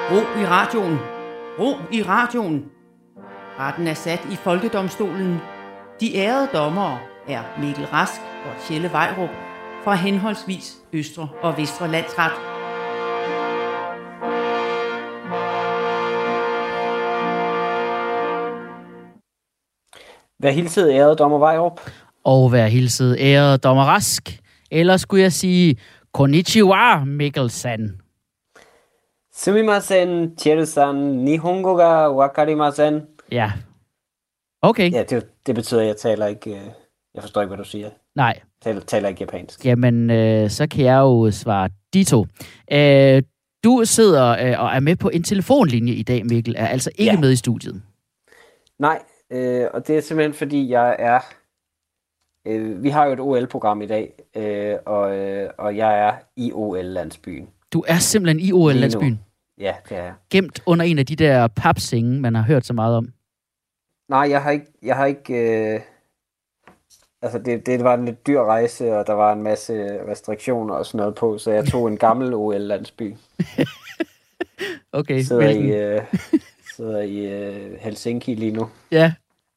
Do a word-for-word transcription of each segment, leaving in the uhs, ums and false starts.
Ro i radioen. Ro i radioen. Retten er sat i Folkedomstolen. De ærede dommere er Mikkel Rask og Tjelle Vejrup fra henholdsvis Østre og Vestre Landsret. Vær hilset, ærede dommer Vejrup. Og vær hilset, ærede dommer Rask. Eller skulle jeg sige, konnichiwa, Mikkel-san. Sumimasen, Tjelle-san, Nihongo ga wakarimasen. Ja. Okay. Ja, det, det betyder, at jeg taler ikke... Jeg forstår ikke, hvad du siger. Nej. Jeg taler, taler ikke japansk. Jamen, øh, så kan jeg jo svare dito. Øh, du sidder øh, og er med på en telefonlinje i dag, Mikkel. Er altså ikke ja. med i studiet. Nej, øh, og det er simpelthen, fordi jeg er... Øh, vi har jo et O L-program i dag, øh, og, øh, og jeg er i O L-landsbyen. Du er simpelthen i O L-landsbyen? Ja, det er jeg. Gemt under en af de der papsenge, man har hørt så meget om? Nej, jeg har ikke... Jeg har ikke øh... Altså, det, det var en lidt dyr rejse, og der var en masse restriktioner og sådan noget på, så jeg tog en gammel O L-landsby. Okay. Sidder i, øh, sidder i øh, Helsinki lige nu. Ja.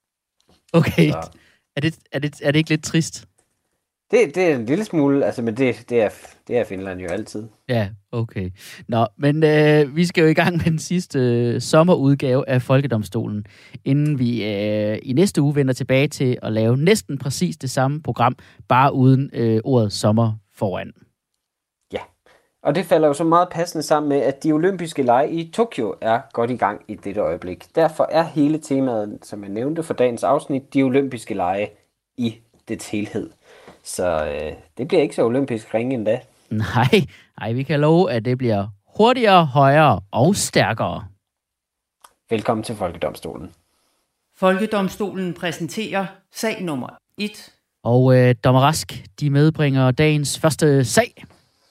Okay. Så. Er det, er, det, er det ikke lidt trist? Det, det er en lille smule, altså, men det, det, er, det er Finland jo altid. Ja, okay. Nå, men øh, vi skal jo i gang med den sidste øh, sommerudgave af Folkedomstolen, inden vi øh, i næste uge vender tilbage til at lave næsten præcis det samme program, bare uden øh, ordet sommer foran. Ja, og det falder jo så meget passende sammen med, at de olympiske lege i Tokyo er godt i gang i dette øjeblik. Derfor er hele temaet, som jeg nævnte for dagens afsnit, de olympiske lege i dets helhed. Så øh, det bliver ikke så olympisk ringe endda. Nej, nej, vi kan love, at det bliver hurtigere, højere og stærkere. Velkommen til Folkedomstolen. Folkedomstolen præsenterer sag nummer et. Og øh, dommer Rask, de medbringer dagens første sag.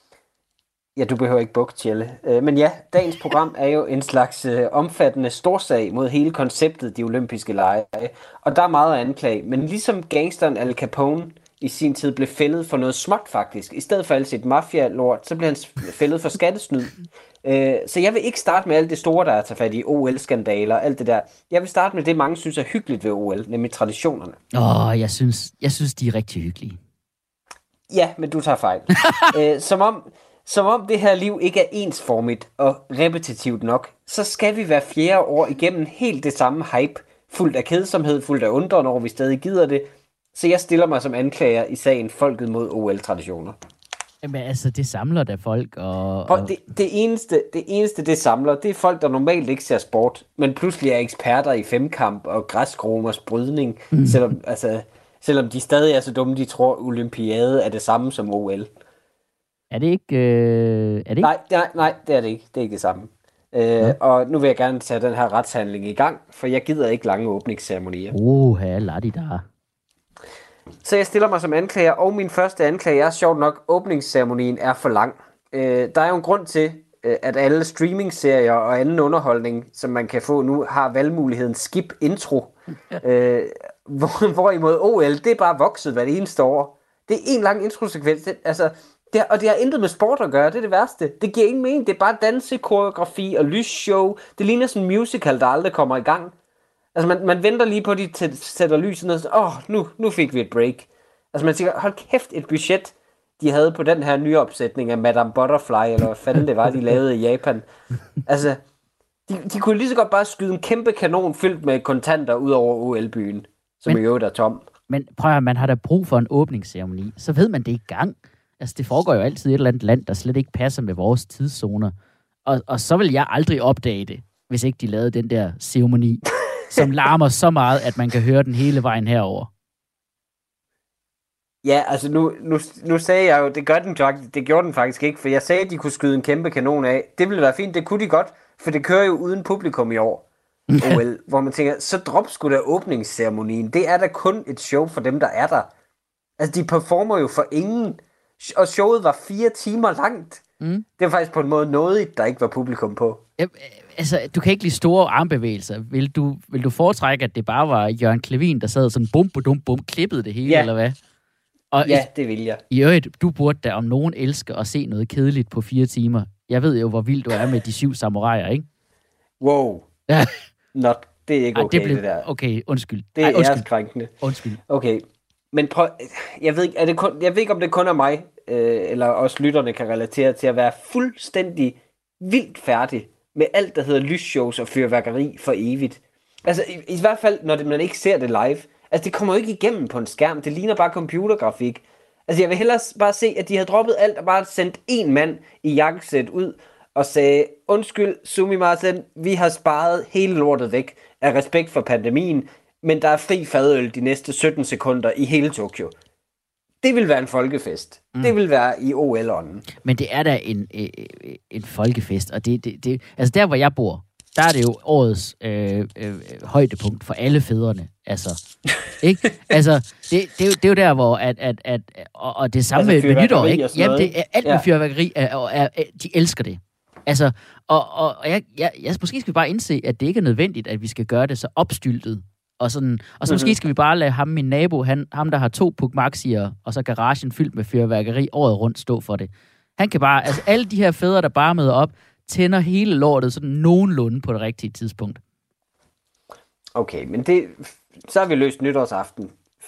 Ja, du behøver ikke bukke, Tjelle. Øh, men ja, dagens program er jo en slags øh, omfattende storsag mod hele konceptet de olympiske lege. Og der er meget at anklage, men ligesom gangsteren Al Capone i sin tid blev fældet for noget småt faktisk. I stedet for alt sit mafia-lort, så blev han fældet for skattesnyd. Øh, så jeg vil ikke starte med alt det store, der er taget fat i O L-skandaler, alt det der. Jeg vil starte med det, mange synes er hyggeligt ved O L, nemlig traditionerne. Åh, oh, jeg synes, jeg synes, de er rigtig hyggelige. Ja, men du tager fejl. øh, som, om, som om det her liv ikke er ensformigt og repetitivt nok, så skal vi hver fjerde år igennem helt det samme hype, fuldt af kedsomhed, fuldt af undren over, vi stadig gider det. Så jeg stiller mig som anklager i sagen Folket mod O L-traditioner. Jamen altså, det samler da folk, og... og... Det, det, eneste, det eneste, det samler, det er folk, der normalt ikke ser sport, men pludselig er eksperter i femkamp og græskromers brydning, mm. selvom, altså, selvom de stadig er så dumme, de tror, olympiade er det samme som O L. Er det ikke... Øh... Er det ikke? Nej, nej, nej, det er det ikke. Det er ikke det samme. Øh, ja. Og nu vil jeg gerne tage den her retshandling i gang, for jeg gider ikke lange åbningsceremonier. Åh, her lader de der. Så jeg stiller mig som anklager, og min første anklage er sjovt nok, åbningsceremonien er for lang. Øh, der er jo en grund til, øh, at alle streaming-serier og anden underholdning, som man kan få nu, har valgmuligheden skip intro. øh, hvor, hvorimod O L, det er bare vokset hver eneste år. Det er en lang introsekvens. Det, altså, det har, og det har intet med sport at gøre, det er det værste. Det giver ingen mening, det er bare danse, koreografi og lysshow. Det ligner sådan en musical, der aldrig kommer i gang. Altså, man, man venter lige på, at de t- sætter lyset ned, og åh, nu, nu fik vi et break. Altså, man tænker, hold kæft, et budget, de havde på den her nye opsætning af Madame Butterfly, eller hvad fanden det var, de lavede i Japan. Altså, de, de kunne lige så godt bare skyde en kæmpe kanon fyldt med kontanter ud over O L-byen, som men, i øvrigt er tom. Men prøv at høre, man har da brug for en åbningsceremoni, så ved man det i gang. Altså, det foregår jo altid i et eller andet land, der slet ikke passer med vores tidszoner. Og, og så vil jeg aldrig opdage det, hvis ikke de lavede den der ceremoni, som larmer så meget, at man kan høre den hele vejen herover. Ja, altså nu, nu, nu sagde jeg jo, det gør den faktisk, det gjorde den faktisk ikke, for jeg sagde, at de kunne skyde en kæmpe kanon af. Det ville være fint, det kunne de godt, for det kører jo uden publikum i år. O L, hvor man tænker, så drop sgu da åbningsceremonien. Det er da kun et show for dem, der er der. Altså, de performer jo for ingen, og showet var fire timer langt. Mm. Det var faktisk på en måde nådigt, der ikke var publikum på. Ja, altså, du kan ikke lide store armbevægelser. Vil du, vil du foretrække, at det bare var Jørgen Clevin, der sad sådan bum, bum, bum, klippede det hele, ja. Eller hvad? Og ja, det vil jeg. I øvrigt, du burde da om nogen elsker at se noget kedeligt på fire timer. Jeg ved jo, hvor vild du er med de syv samuraier, ikke? Wow. Ja. Not, det er ikke Ej, okay, det, blev, det der. Okay, undskyld. Det er Ej, undskyld. æreskrænkende. Undskyld. Okay, men prøv, jeg ved, ikke, er det kun, jeg ved ikke, om det kun er mig, øh, eller os lytterne kan relatere til at være fuldstændig vildt færdig med alt, der hedder lysshows og fyrværkeri for evigt. Altså, i, i hvert fald, når det, man ikke ser det live. Altså, det kommer jo ikke igennem på en skærm. Det ligner bare computergrafik. Altså, jeg vil hellere bare se, at de har droppet alt og bare sendt en mand i jakkesæt ud og sagde, undskyld, Sumimasen, vi har sparet hele lortet væk af respekt for pandemien, men der er fri fadøl de næste sytten sekunder i hele Tokyo. Det vil være en folkefest. Mm. Det vil være i O L-ånden. Men det er da en, en, en folkefest, og det, det, det, altså der, hvor jeg bor, der er det jo årets øh, øh, højdepunkt for alle fædrene. Altså, ikke? Altså, det, det, er jo, det er jo der, hvor at, at, at og, og det samme altså, med nytår, ikke? Jamen, det er alt med ja. fyrværkeri, er, er, er, de elsker det. Altså, og, og, og jeg, jeg, jeg, måske skal vi bare indse, at det ikke er nødvendigt, at vi skal gøre det så opstyltet. Og, sådan, og så mm-hmm. måske skal vi bare lade ham, min nabo, han, ham der har to Puk Maxier, og så garagen fyldt med fyrværkeri året rundt, stå for det. Han kan bare, altså alle de her fædre, der bare møder op, tænder hele lortet sådan nogenlunde på det rigtige tidspunkt. Okay, men det, så har vi løst nytårsaften.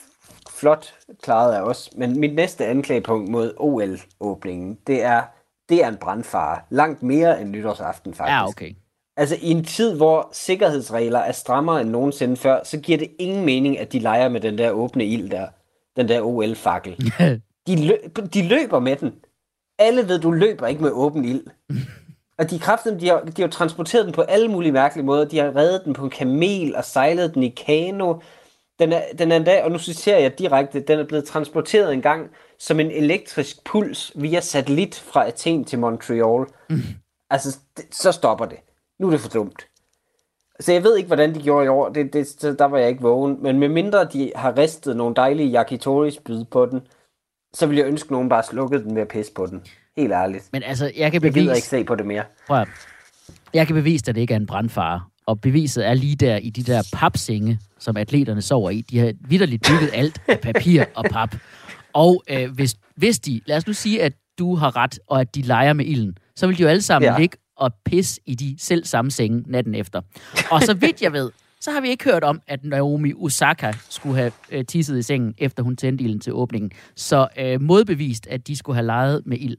Flot klaret af os. Men mit næste anklagepunkt mod O L-åbningen, det er, det er en brandfare. Langt mere end nytårsaften, faktisk. Ja, okay. Altså, i en tid, hvor sikkerhedsregler er strammere end nogensinde før, så giver det ingen mening, at de leger med den der åbne ild der. Den der O L-fakkel. de, lø- de løber med den. Alle ved, du løber ikke med åben ild. Og de kræfter, de har, de har transporteret den på alle mulige mærkelige måder. De har reddet den på en kamel og sejlet den i kano. Den er, den er endda, og nu citerer jeg direkte, den er blevet transporteret en gang som en elektrisk puls via satellit fra Athen til Montreal. Mm. Altså, det, så stopper det. Nu er det for dumt. Så jeg ved ikke, hvordan de gjorde i år. Det, det, der var jeg ikke vågen. Men medmindre de har ristet nogle dejlige yakitori-spyd på den, så vil jeg ønske, at nogen bare slukkede den med at pisse på den. Helt ærligt. Men altså, jeg kan bevise... Jeg gider ikke se på det mere. Prøv at, jeg kan bevise, at det ikke er en brandfare. Og beviset er lige der i de der papsenge, som atleterne sover i. De har vitterligt bygget alt af papir og pap. Og øh, hvis, hvis de... Lad os nu sige, at du har ret, og at de leger med ilden. Så vil de jo alle sammen ja. ligge og pisse i de selv samme senge natten efter. Og så vidt jeg ved, så har vi ikke hørt om, at Naomi Osaka skulle have øh, tisset i sengen, efter hun tændte ilden til åbningen. Så øh, modbevist, at de skulle have leget med ild.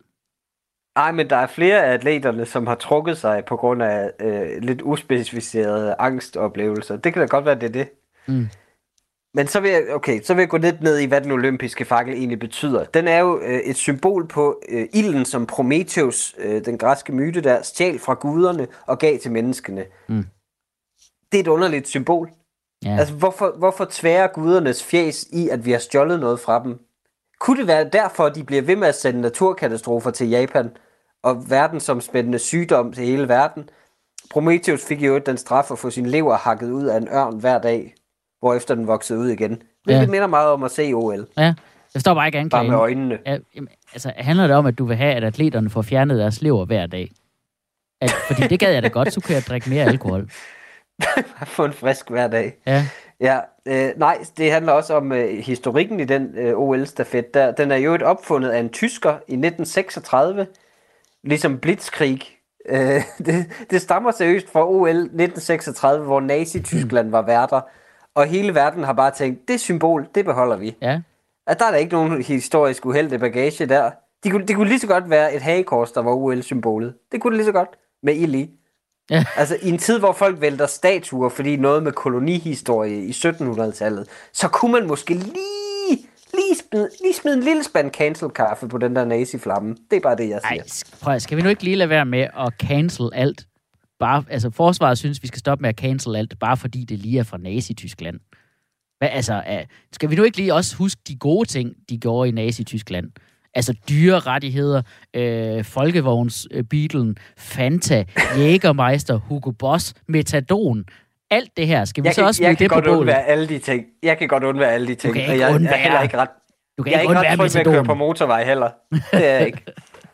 Ej, men der er flere af atleterne, som har trukket sig på grund af øh, lidt uspecificerede angstoplevelser. Det kan da godt være, det er det. Mm. Men så vil, jeg, okay, så vil jeg gå lidt ned i, hvad den olympiske fakkel egentlig betyder. Den er jo øh, et symbol på øh, ilden, som Prometheus, øh, den græske myte der, stjal fra guderne og gav til menneskene. Mm. Det er et underligt symbol. Ja. Altså, hvorfor, hvorfor tværer gudernes fjæs i, at vi har stjålet noget fra dem? Kunne det være derfor, at de bliver ved med at sende naturkatastrofer til Japan og verdensomspændende sygdom til hele verden? Prometheus fik jo den straf at få sin lever hakket ud af en ørn hver dag, hvorefter den voksede ud igen. Hvilket ja. minder meget om at se O L. Ja, jeg forstår bare ikke anklagen. Bare med øjnene. Ja, altså, handler det om, at du vil have, at atleterne får fjernet deres lever hver dag? At, fordi det gad jeg da godt, så kunne jeg drikke mere alkohol. Få en frisk hver dag. Ja. Ja, øh, nej, det handler også om øh, historikken i den øh, O L-stafet. Der, den er jo et opfundet af en tysker i nitten seksogtredive, ligesom Blitzkrieg. Øh, det, det stammer seriøst fra O L nitten seksogtredive, hvor Nazi-Tyskland var værter, og hele verden har bare tænkt, det symbol, det beholder vi. Ja. At der er der ikke nogen historisk uheldig bagage der. De kunne, det kunne lige så godt være et hagekors, der var O L-symbolet. Det kunne det lige så godt, med ild i. Ja. Altså i en tid, hvor folk vælter statuer, fordi noget med kolonihistorie i syttenhundredetallet, så kunne man måske lige, lige, smide, lige smide en lille spand cancel-kaffe på den der nazi-flamme. Det er bare det, jeg siger. Ej, prøv, skal vi nu ikke lige lade være med at cancel alt? Bare, altså forsvaret synes, vi skal stoppe med at cancel alt, bare fordi det lige er fra Nazi-Tyskland. Hvad, altså, uh, skal vi nu ikke lige også huske de gode ting, de gjorde i Nazi-Tyskland? Altså dyrerettigheder, øh, folkevogns, øh, Beatlen, Fanta, Jägermeister, Hugo Boss, Metadon. Alt det her, skal vi jeg så kan, også smide det på bålet? Jeg kan godt undvære alle de ting. Jeg kan godt undvære alle de ting. Du kan ikke jeg, undvære. Jeg er heller ikke ret, du kan jeg er ikke, ikke ret tryg med at køre på motorvej heller. Det er jeg ikke.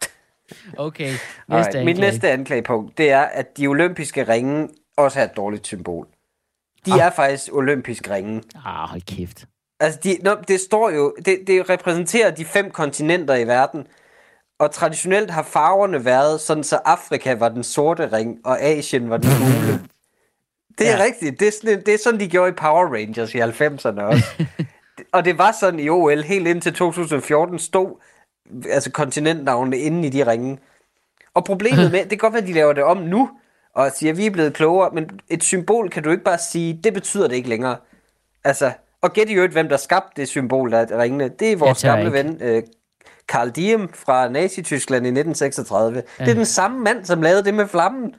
Okay, næste right. Mit næste anklagepunkt, det er, at de olympiske ringe også er et dårligt symbol. De ah. er faktisk olympiske ringe. Ah, hold kæft. Altså, de, no, det står jo, det, det repræsenterer de fem kontinenter i verden, Og traditionelt har farverne været sådan, så Afrika var den sorte ring, og Asien var den gule. Det er ja. rigtigt. Det er, sådan, det er sådan, de gjorde i Power Rangers i halvfemserne også. Og det var sådan i O L helt indtil to tusind og fjorten stod altså kontinentnavnene inde i de ringe. Og problemet med, det kan godt være, at de laver det om nu, og siger, at vi er blevet klogere, men et symbol kan du ikke bare sige, det betyder det ikke længere. Altså, og gæt i øvrigt, hvem der skabte det symbol af ringene. Det er vores gamle ikke. ven, øh, Karl Diem fra Nazi-Tyskland i nitten seksogtredive. Ja. Det er den samme mand, som lavede det med flammen.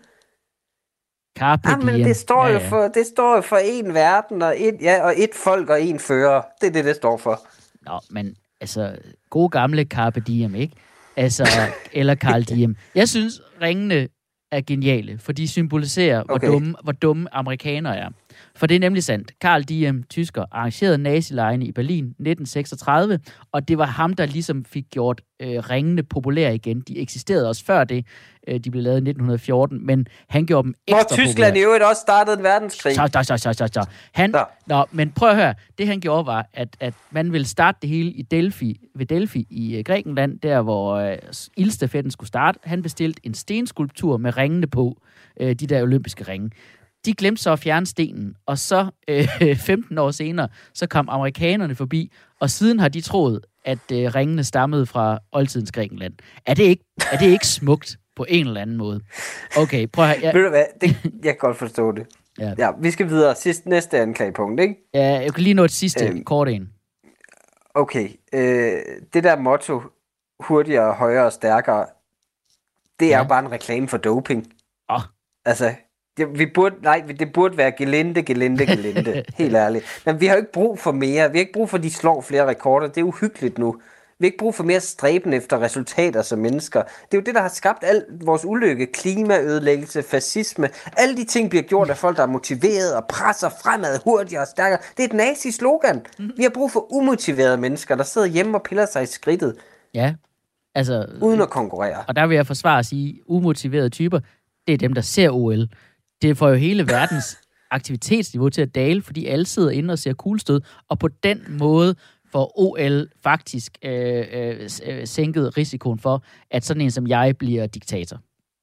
Carpe ja, men det står, ja, ja. Jo for, det står jo for en verden, og et, ja, og et folk og en fører. Det er det, det står for. Nå, men altså, gode gamle Carpe Diem, ikke? Altså, eller Carl Diem. Jeg synes, ringene er geniale, for de symboliserer, okay. hvor, dumme, hvor dumme amerikanere er. For det er nemlig sandt. Carl Diem, tysker, arrangerede nazilejrene i Berlin nitten seksogtredive, og det var ham, der ligesom fik gjort øh, ringene populære igen. De eksisterede også før det. Øh, de blev lavet i nitten fjorten, men han gjorde dem ekstra populære. Hvor Tyskland i øvrigt også startede en verdenskrig. Så, så, så, så, så, så. Han, nå, men prøv at høre. Det han gjorde var, at, at man ville starte det hele i Delphi, ved Delphi i uh, Grækenland, der hvor øh, ildstafetten skulle starte. Han bestilte en stenskulptur med ringene på, øh, de der olympiske ringe. De glemte så at fjerne stenen, og så øh, femten år senere, så kom amerikanerne forbi, og siden har de troet, at øh, ringene stammede fra oldtidens Grækenland. Er det ikke, er det ikke smukt på en eller anden måde? Okay, prøv at høre. Ved du hvad, det, jeg kan godt forstå det. Ja. Ja, vi skal videre. Sidst, næste anklagepunkt, ikke? Ja, jeg kan lige nå et sidste øhm, kort en. Okay, øh, det der motto, hurtigere, højere og stærkere, det er ja. jo bare en reklame for doping. Åh. Oh. Altså... Det, vi burde, nej, det burde være gelinde, gelinde, gelinde. Helt ærligt. Men vi har jo ikke brug for mere. Vi har ikke brug for, at de slår flere rekorder. Det er uhyggeligt nu. Vi har ikke brug for mere stræben efter resultater som mennesker. Det er jo det, der har skabt al vores ulykke. Klimaødelæggelse, fascisme. Alle de ting bliver gjort af folk, der er motiveret og presser fremad hurtigere og stærkere. Det er et nazi-slogan. Vi har brug for umotiverede mennesker, der sidder hjemme og piller sig i skridtet. Ja, altså... Uden at konkurrere. Og der vil jeg forsvare at sige, umotiverede typer, det er dem, der ser O L. Det får jo hele verdens aktivitetsniveau til at dale, fordi alle sidder inde og ser kuglestød, og på den måde får O L faktisk øh, øh, sænket risikoen for, at sådan en som jeg bliver diktator.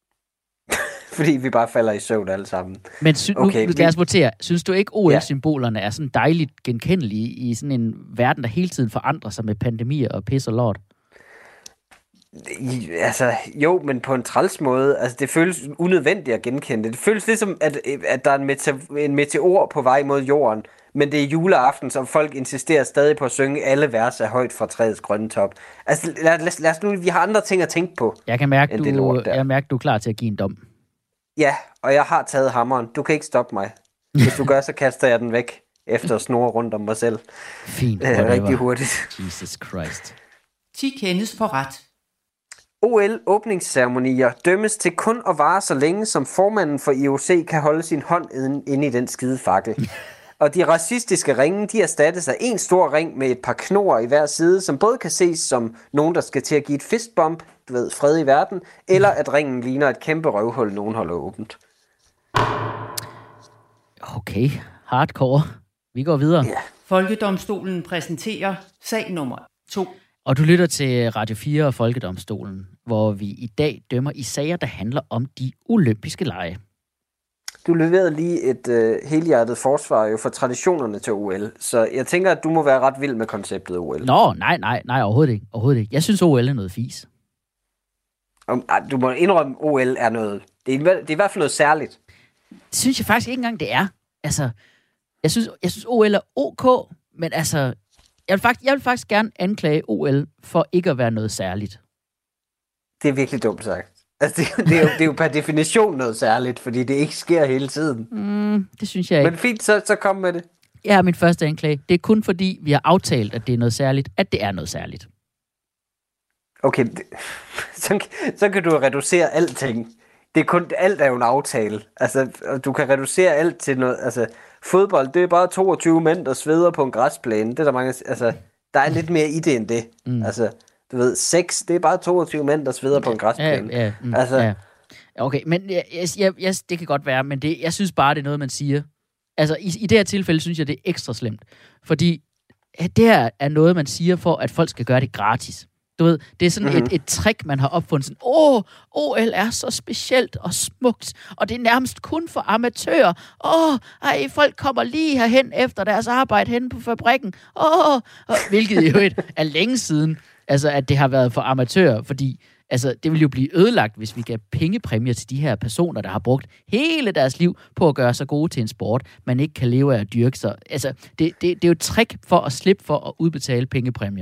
Fordi vi bare falder i søvn alle sammen. Men sy- okay, nu lad os votere. Synes du ikke, O L-symbolerne er sådan dejligt genkendelige i sådan en verden, der hele tiden forandrer sig med pandemier og pis og lort? Altså, jo, men på en træls måde. Altså, det føles unødvendigt at genkende det. Det føles ligesom, at, at der er en, mete- en meteor på vej mod jorden, men det er juleaften, så folk insisterer stadig på at synge alle vers af højt fra træets grønne top. Altså, lad, lad, lad os nu, vi har andre ting at tænke på. Jeg kan mærke, du, jeg mærke, du er klar til at give en dom. Ja, og jeg har taget hammeren. Du kan ikke stoppe mig. Hvis du gør, så kaster jeg den væk efter at snurre rundt om mig selv. Fint. Øh, rigtig hurtigt. Jesus Christ. ti kendes for ret. O L-åbningsceremonier dømmes til kun at vare så længe, som formanden for I O C kan holde sin hånd inde i den skide fakkel. Og de racistiske ringe, de erstattes af en stor ring med et par knor i hver side, som både kan ses som nogen, der skal til at give et fistbump, du ved, fred i verden, eller at ringen ligner et kæmpe røvhul, nogen holder åbent. Okay, hardcore. Vi går videre. Ja. Folkedomstolen præsenterer sag nummer to. Og du lytter til Radio fire og Folkedomstolen, hvor vi i dag dømmer i sager, der handler om de olympiske lege. Du leverede lige et øh, helhjertet forsvar jo for traditionerne til O L, så jeg tænker, at du må være ret vild med konceptet O L. Nå, nej, nej, nej, overhovedet ikke. Overhovedet ikke. Jeg synes, O L er noget fis. Um, du må indrømme, at O L er noget... Det er, det er i hvert fald noget særligt. Det synes jeg faktisk ikke engang, det er. Altså, jeg synes, jeg synes O L er ok, men altså... Jeg vil, faktisk, jeg vil faktisk gerne anklage O L for ikke at være noget særligt. Det er virkelig dumt sagt. Altså, det, det, er jo, det er jo per definition noget særligt, fordi det ikke sker hele tiden. Mm, det synes jeg ikke. Men fint, så, så kom med det. Jeg har min første anklage. Det er kun fordi, vi har aftalt, at det er noget særligt, at det er noget særligt. Okay, det, så, så kan du reducere alting. Det er kun, alt er jo en aftale. Altså, du kan reducere alt til noget... Altså, fodbold, det er bare toogtyve mænd, der sveder på en græsplæne. Det er der mange... Altså, der er lidt mere i det end det. Mm. Altså, du ved, sex, det er bare toogtyve mænd, der sveder på en græsplæne. Ja, ja, mm, altså, ja. Okay, men jeg, jeg, jeg, det kan godt være, men det, jeg synes bare, det er noget, man siger. Altså, i, i det her tilfælde synes jeg, det er ekstra slemt. Fordi det her er noget, man siger for, at folk skal gøre det gratis. Du ved, det er sådan mm-hmm. et, et trick, man har opfundet. Sådan, åh, O L er så specielt og smukt, og det er nærmest kun for amatører. Åh, ej, folk kommer lige herhen efter deres arbejde hen på fabrikken. Åh, og, hvilket jo et er længe siden, altså, at det har været for amatører, fordi altså, det vil jo blive ødelagt, hvis vi gav pengepræmier til de her personer, der har brugt hele deres liv på at gøre sig gode til en sport, man ikke kan leve af at dyrke sig. Altså, det, det, det er jo et trick for at slippe for at udbetale pengepræmier.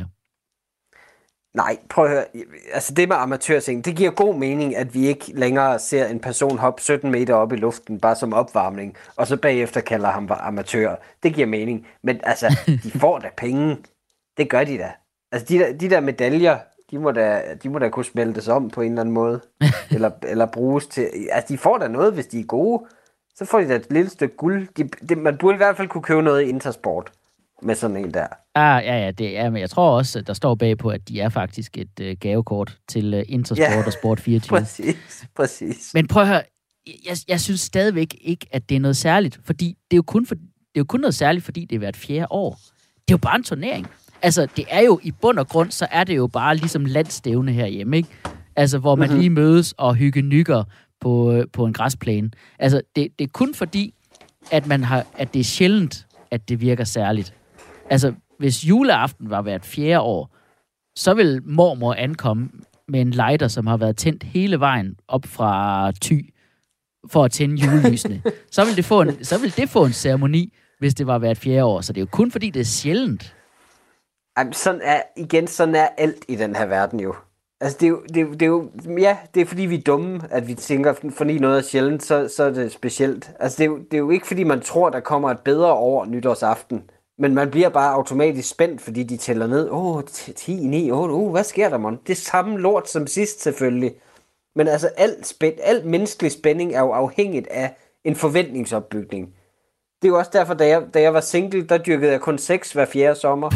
Nej, prøv at høre. Altså det med amatørting, det giver god mening, at vi ikke længere ser en person hoppe sytten meter op i luften, bare som opvarmning, og så bagefter kalder ham amatør. Det giver mening. Men altså, de får da penge. Det gør de da. Altså de der, de der medaljer, de må, da, de må da kunne smeltes om på en eller anden måde. eller, eller bruges til... Altså de får da noget, hvis de er gode. Så får de da et lille stykke guld. De, de, man burde i hvert fald kunne købe noget i Intersport med sådan en der. Ah, ja, ja, det er, men jeg tror også, at der står bagpå, at de er faktisk et uh, gavekort til uh, Intersport ja, og Sport fireogtyve. Præcis, præcis. Men prøv at høre, jeg, jeg synes stadigvæk ikke, at det er noget særligt, fordi det er jo kun, for, det er jo kun noget særligt, fordi det er hvert fjerde år. Det er jo bare en turnering. Altså, det er jo i bund og grund, så er det jo bare ligesom landstævne herhjemme, ikke? Altså, hvor man mm-hmm. lige mødes og hygge nykker på, på en græsplæne. Altså, det, det er kun fordi, at, man har, at det er sjældent, at det virker særligt. Altså, hvis juleaften var hvert fjerde år, så vil mormor ankomme med en lighter, som har været tændt hele vejen op fra Thy for at tænde julelysene. så, vil det få en, så vil det få en ceremoni, hvis det var hvert fjerde år. Så det er jo kun fordi, det er sjældent. Jamen, sådan er, igen, sådan er alt i den her verden jo. Altså, det er jo, det er, det er jo, ja, det er fordi vi er dumme, at vi tænker, fordi noget er sjældent, så, så er det specielt. Altså, det er, jo, det er jo ikke fordi, man tror, der kommer et bedre år nytårsaften. Men man bliver bare automatisk spændt, fordi de tæller ned. Åh, oh, ti, ni, otte, uh, hvad sker der, man? Det er samme lort som sidst, selvfølgelig. Men altså, alt, spænd- alt menneskelig spænding er jo afhængigt af en forventningsopbygning. Det er jo også derfor, da jeg, da jeg var single, der dyrkede jeg kun sex hver fjerde sommer.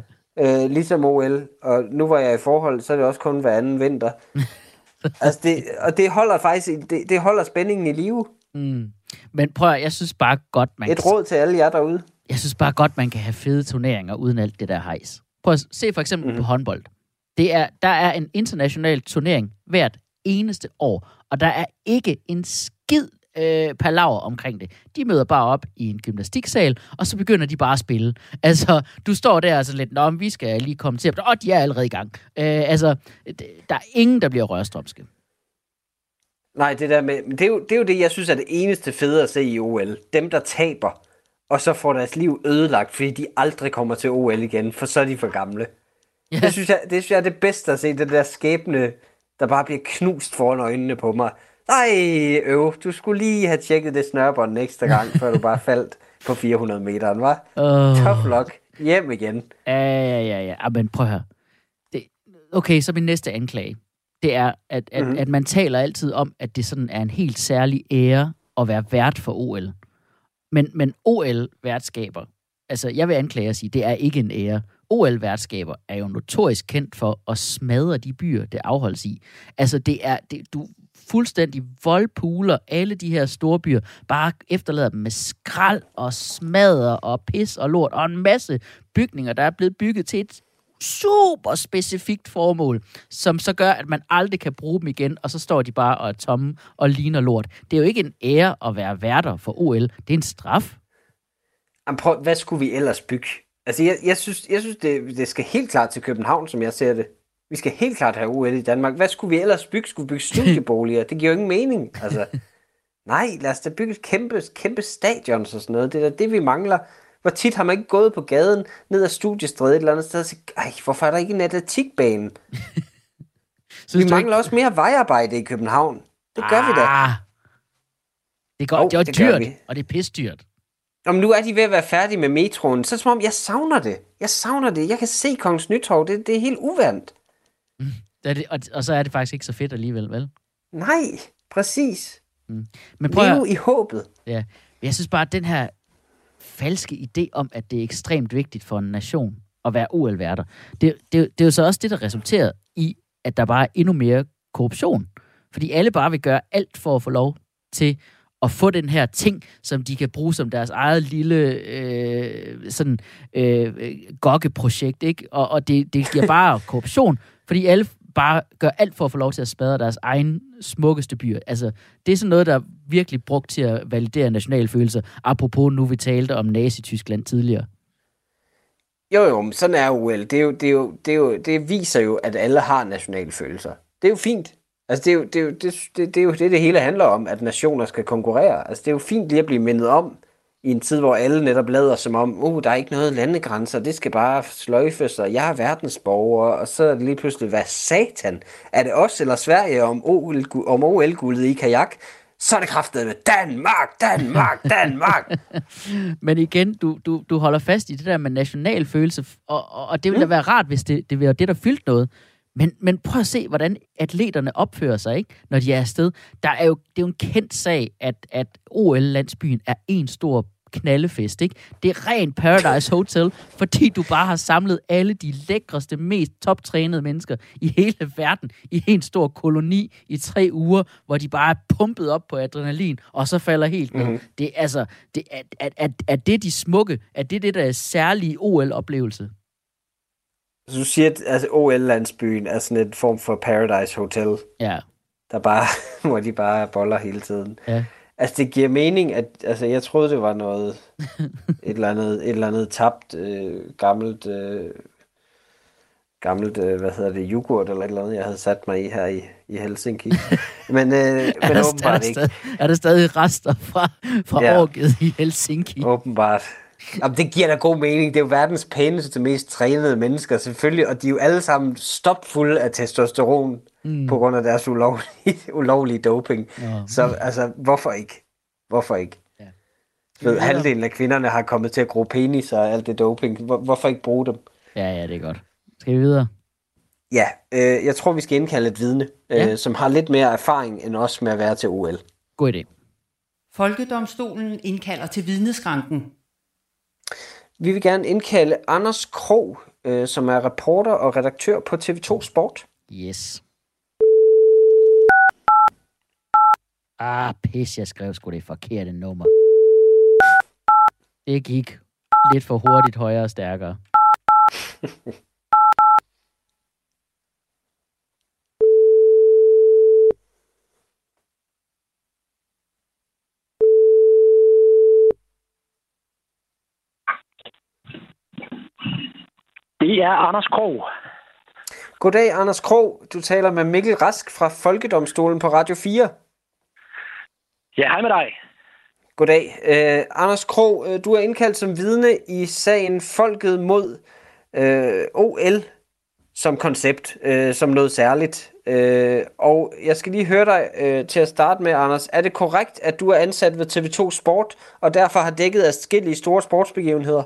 øh, ligesom O L. Og nu var jeg i forhold, så er det også kun hver anden vinter. altså, det, og det holder faktisk, det, det holder spændingen i live. Mm. Men prøv at, jeg synes bare godt, man Et råd til alle jer derude. Jeg synes bare godt, man kan have fede turneringer uden alt det der hejs. Prøv at se for eksempel mm-hmm. på håndbold. Det er, der er en international turnering hvert eneste år, og der er ikke en skid øh, palaver omkring det. De møder bare op i en gymnastiksal, og så begynder de bare at spille. Altså, du står der altså lidt, nå, vi skal lige komme til. Åh, de er allerede i gang. Øh, altså, der er ingen, der bliver rørstrømske. Nej, det der med, det er, jo, det er jo det, jeg synes er det eneste fede at se i O L. Dem, der taber, og så får deres liv ødelagt, fordi de aldrig kommer til O L igen, for så er de for gamle. Ja. Det, synes jeg, det synes jeg er det bedste at se, det der skæbne, der bare bliver knust foran øjnene på mig. Nej, øv, du skulle lige have tjekket det snørbånd en ekstra gang, før du bare faldt på fire hundrede meteren, hva'? Oh. Tough luck. Hjem igen. Ja, ja, ja, ja. Men prøv her. Det, okay, så min næste anklage, det er, at, at, mm-hmm. at man taler altid om, at det sådan er en helt særlig ære at være vært for O L. Men, men O L-værtskaber, altså jeg vil anklage at sige, det er ikke en ære. O L-værtskaber er jo notorisk kendt for at smadre de byer, det afholdes i. Altså det er, det, du fuldstændig voldpuler alle de her store byer, bare efterlader dem med skrald og smadder og pis og lort, og en masse bygninger, der er blevet bygget til et super specifikt formål, som så gør, at man aldrig kan bruge dem igen, og så står de bare og er tomme og ligner lort. Det er jo ikke en ære at være værter for O L. Det er en straf. Jamen prøv, hvad skulle vi ellers bygge? Altså, jeg, jeg synes, jeg synes det, det skal helt klart til København, som jeg ser det. Vi skal helt klart have O L i Danmark. Hvad skulle vi ellers bygge? Skulle vi bygge studieboliger? Det giver jo ingen mening. Altså, nej, lad os da bygge et kæmpe, kæmpe stadion og sådan noget. Det er det, vi mangler. Hvor tit har man ikke gået på gaden ned ad Studiestræde et eller andet sted og sagt, ej, hvorfor er der ikke en atletikbane? vi mangler ikke... også mere vejarbejde i København. Det gør ah, vi da. Det, går, oh, det er det dyrt, og det er pisdyrt. Om nu er de ved at være færdige med metroen, så er det som om, jeg savner det. Jeg savner det. Jeg kan se Kongens Nytorv. Det, det er helt uvandt. Mm. Det, og, og så er det faktisk ikke så fedt alligevel, vel? Nej, præcis. Mm. Men prøv at... Leve i håbet. Ja. Jeg synes bare, at den her falske idé om, at det er ekstremt vigtigt for en nation at være O L-værter, det, det, det er jo så også det, der resulterer i, at der bare er endnu mere korruption. Fordi alle bare vil gøre alt for at få lov til at få den her ting, som de kan bruge som deres eget lille øh, sådan øh, gokkeprojekt, ikke? Og, og det, det giver bare korruption, Fordi alle bare gør alt for at få lov til at spadre deres egen smukkeste byer. Altså, det er sådan noget, der er virkelig brugt til at validere nationale følelser. Apropos nu, vi talte om Nazi-Tyskland tidligere. Jo, jo, men sådan er O L. Det, er jo, det, er jo, det, er jo, det viser jo, at alle har nationale følelser. Det er jo fint. Altså, det er jo det, er jo, det, det, det, er jo det, det hele handler om, at nationer skal konkurrere. Altså, det er jo fint lige at blive mindet om, i en tid, hvor alle netop lader som om, oh, der er ikke noget landegrænser, det skal bare sløjfes, og jeg er verdensborger, og så er det lige pludselig, hvad satan? Er det os eller Sverige om O L, om O L-guldet i kajak? Så er det kraftedeme Danmark, Danmark, Danmark! Men igen, du, du, du holder fast i det der med national følelse, og, og, og det ville da være rart, hvis det, det var det, der fyldte noget. Men, men prøv at se, hvordan atleterne opfører sig, ikke, når de er afsted. Der er jo, det er jo en kendt sag, at, at O L-landsbyen er en stor knaldefest, ikke? Det er rent Paradise Hotel, fordi du bare har samlet alle de lækreste, mest toptrænede mennesker i hele verden i en stor koloni i tre uger, hvor de bare er pumpet op på adrenalin, og så falder helt ned. Mm-hmm. Det er altså, det, er, er, er, er det de smukke? Er det det, der er særlige O L-oplevelse? Så du siger, at altså, O L-landsbyen er sådan en form for Paradise Hotel? Ja. Der bare, hvor de bare boller hele tiden. Ja. Altså, det giver mening, at altså, jeg troede, det var noget, et eller andet, et eller andet tabt, øh, gammelt, øh, gammelt, øh, hvad hedder det, yoghurt eller et eller andet, jeg havde sat mig i her i, i Helsinki. Men, øh, men er åbenbart der ikke. Stadig, er der stadig rester fra, fra ja. orket i Helsinki? Åbenbart. Jamen, det giver da god mening. Det er jo verdens pæneste, mest trænede mennesker, selvfølgelig, og de er jo alle sammen stopfulde af testosteron mm. på grund af deres ulovlige, ulovlige doping. Ja. Så altså, hvorfor ikke? Hvorfor ikke? Ja. Ved, halvdelen af kvinderne har kommet til at gro penis og alt det doping. Hvor, hvorfor ikke bruge dem? Ja, ja, det er godt. Skal vi videre? Ja, øh, jeg tror, vi skal indkalde et vidne, ja. øh, som har lidt mere erfaring end os med at være til O L. God idé. Folkedomstolen indkalder til vidneskranken. Vi vil gerne indkalde Anders Krog, øh, som er reporter og redaktør på T V to Sport. Yes. Ah, pis, jeg skrev sgu det forkerte nummer. Det gik lidt for hurtigt højere og stærkere. Det er Anders Krog. Goddag, Anders Krog. Du taler med Mikkel Rask fra Folkedomstolen på Radio fire. Ja, hej med dig. Goddag. Uh, Anders Krog, uh, du er indkaldt som vidne i sagen Folket mod uh, O L som koncept, uh, som noget særligt. Uh, og jeg skal lige høre dig uh, til at starte med, Anders. Er det korrekt, at du er ansat ved T V to Sport, og derfor har dækket adskillige store sportsbegivenheder?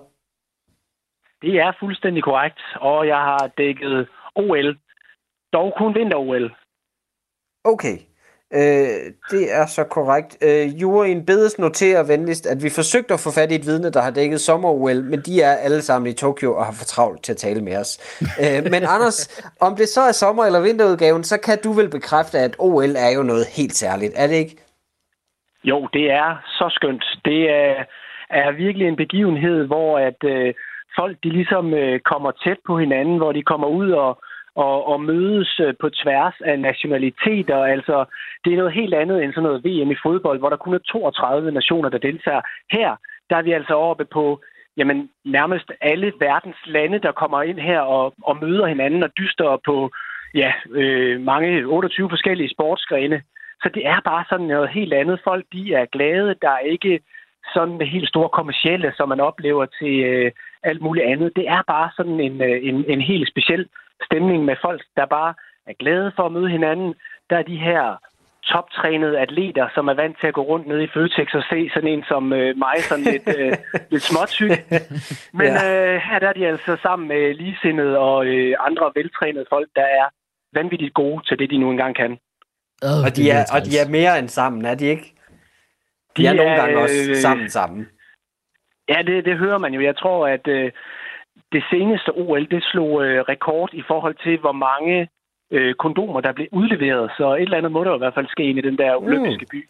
Det er fuldstændig korrekt, og jeg har dækket O L. Dog kun vinter-O L. Okay, øh, det er så korrekt. Øh, juryen bedes notere venligst, at vi forsøgte at få fat i et vidne, der har dækket sommer-O L, men de er alle sammen i Tokyo og har for travlt til at tale med os. øh, men Anders, om det så er sommer- eller vinterudgaven, så kan du vel bekræfte, at O L er jo noget helt særligt, er det ikke? Jo, det er så skønt. Det er, er virkelig en begivenhed, hvor at øh, folk de ligesom øh, kommer tæt på hinanden, hvor de kommer ud og, og, og mødes øh, på tværs af nationaliteter. Altså, det er noget helt andet end sådan noget V M i fodbold, hvor der kun er toogtredive nationer, der deltager. Her, der er vi altså oppe på jamen, nærmest alle verdens lande, der kommer ind her og, og møder hinanden og dyster på ja, øh, mange otteogtyve forskellige sportsgrene. Så det er bare sådan noget helt andet. Folk, de er glade. Der er ikke sådan det helt store kommercielle, som man oplever til øh, alt muligt andet. Det er bare sådan en, en, en helt speciel stemning med folk, der bare er glade for at møde hinanden. Der er de her toptrænede atleter, som er vant til at gå rundt nede i Føtex og se sådan en som øh, mig, sådan lidt, øh, lidt småtyk. Men ja. øh, her der er de altså sammen med ligesindede og øh, andre veltrænede folk, der er vanvittigt gode til det, de nu engang kan. Oh, og, de er, og de er mere end sammen, er de ikke? De, de er, er nogle gange også øh, sammen sammen. Ja, det, det hører man jo. Jeg tror, at øh, det seneste O L, det slog øh, rekord i forhold til, hvor mange øh, kondomer, der blev udleveret. Så et eller andet må der i hvert fald ske ind i den der olympiske by.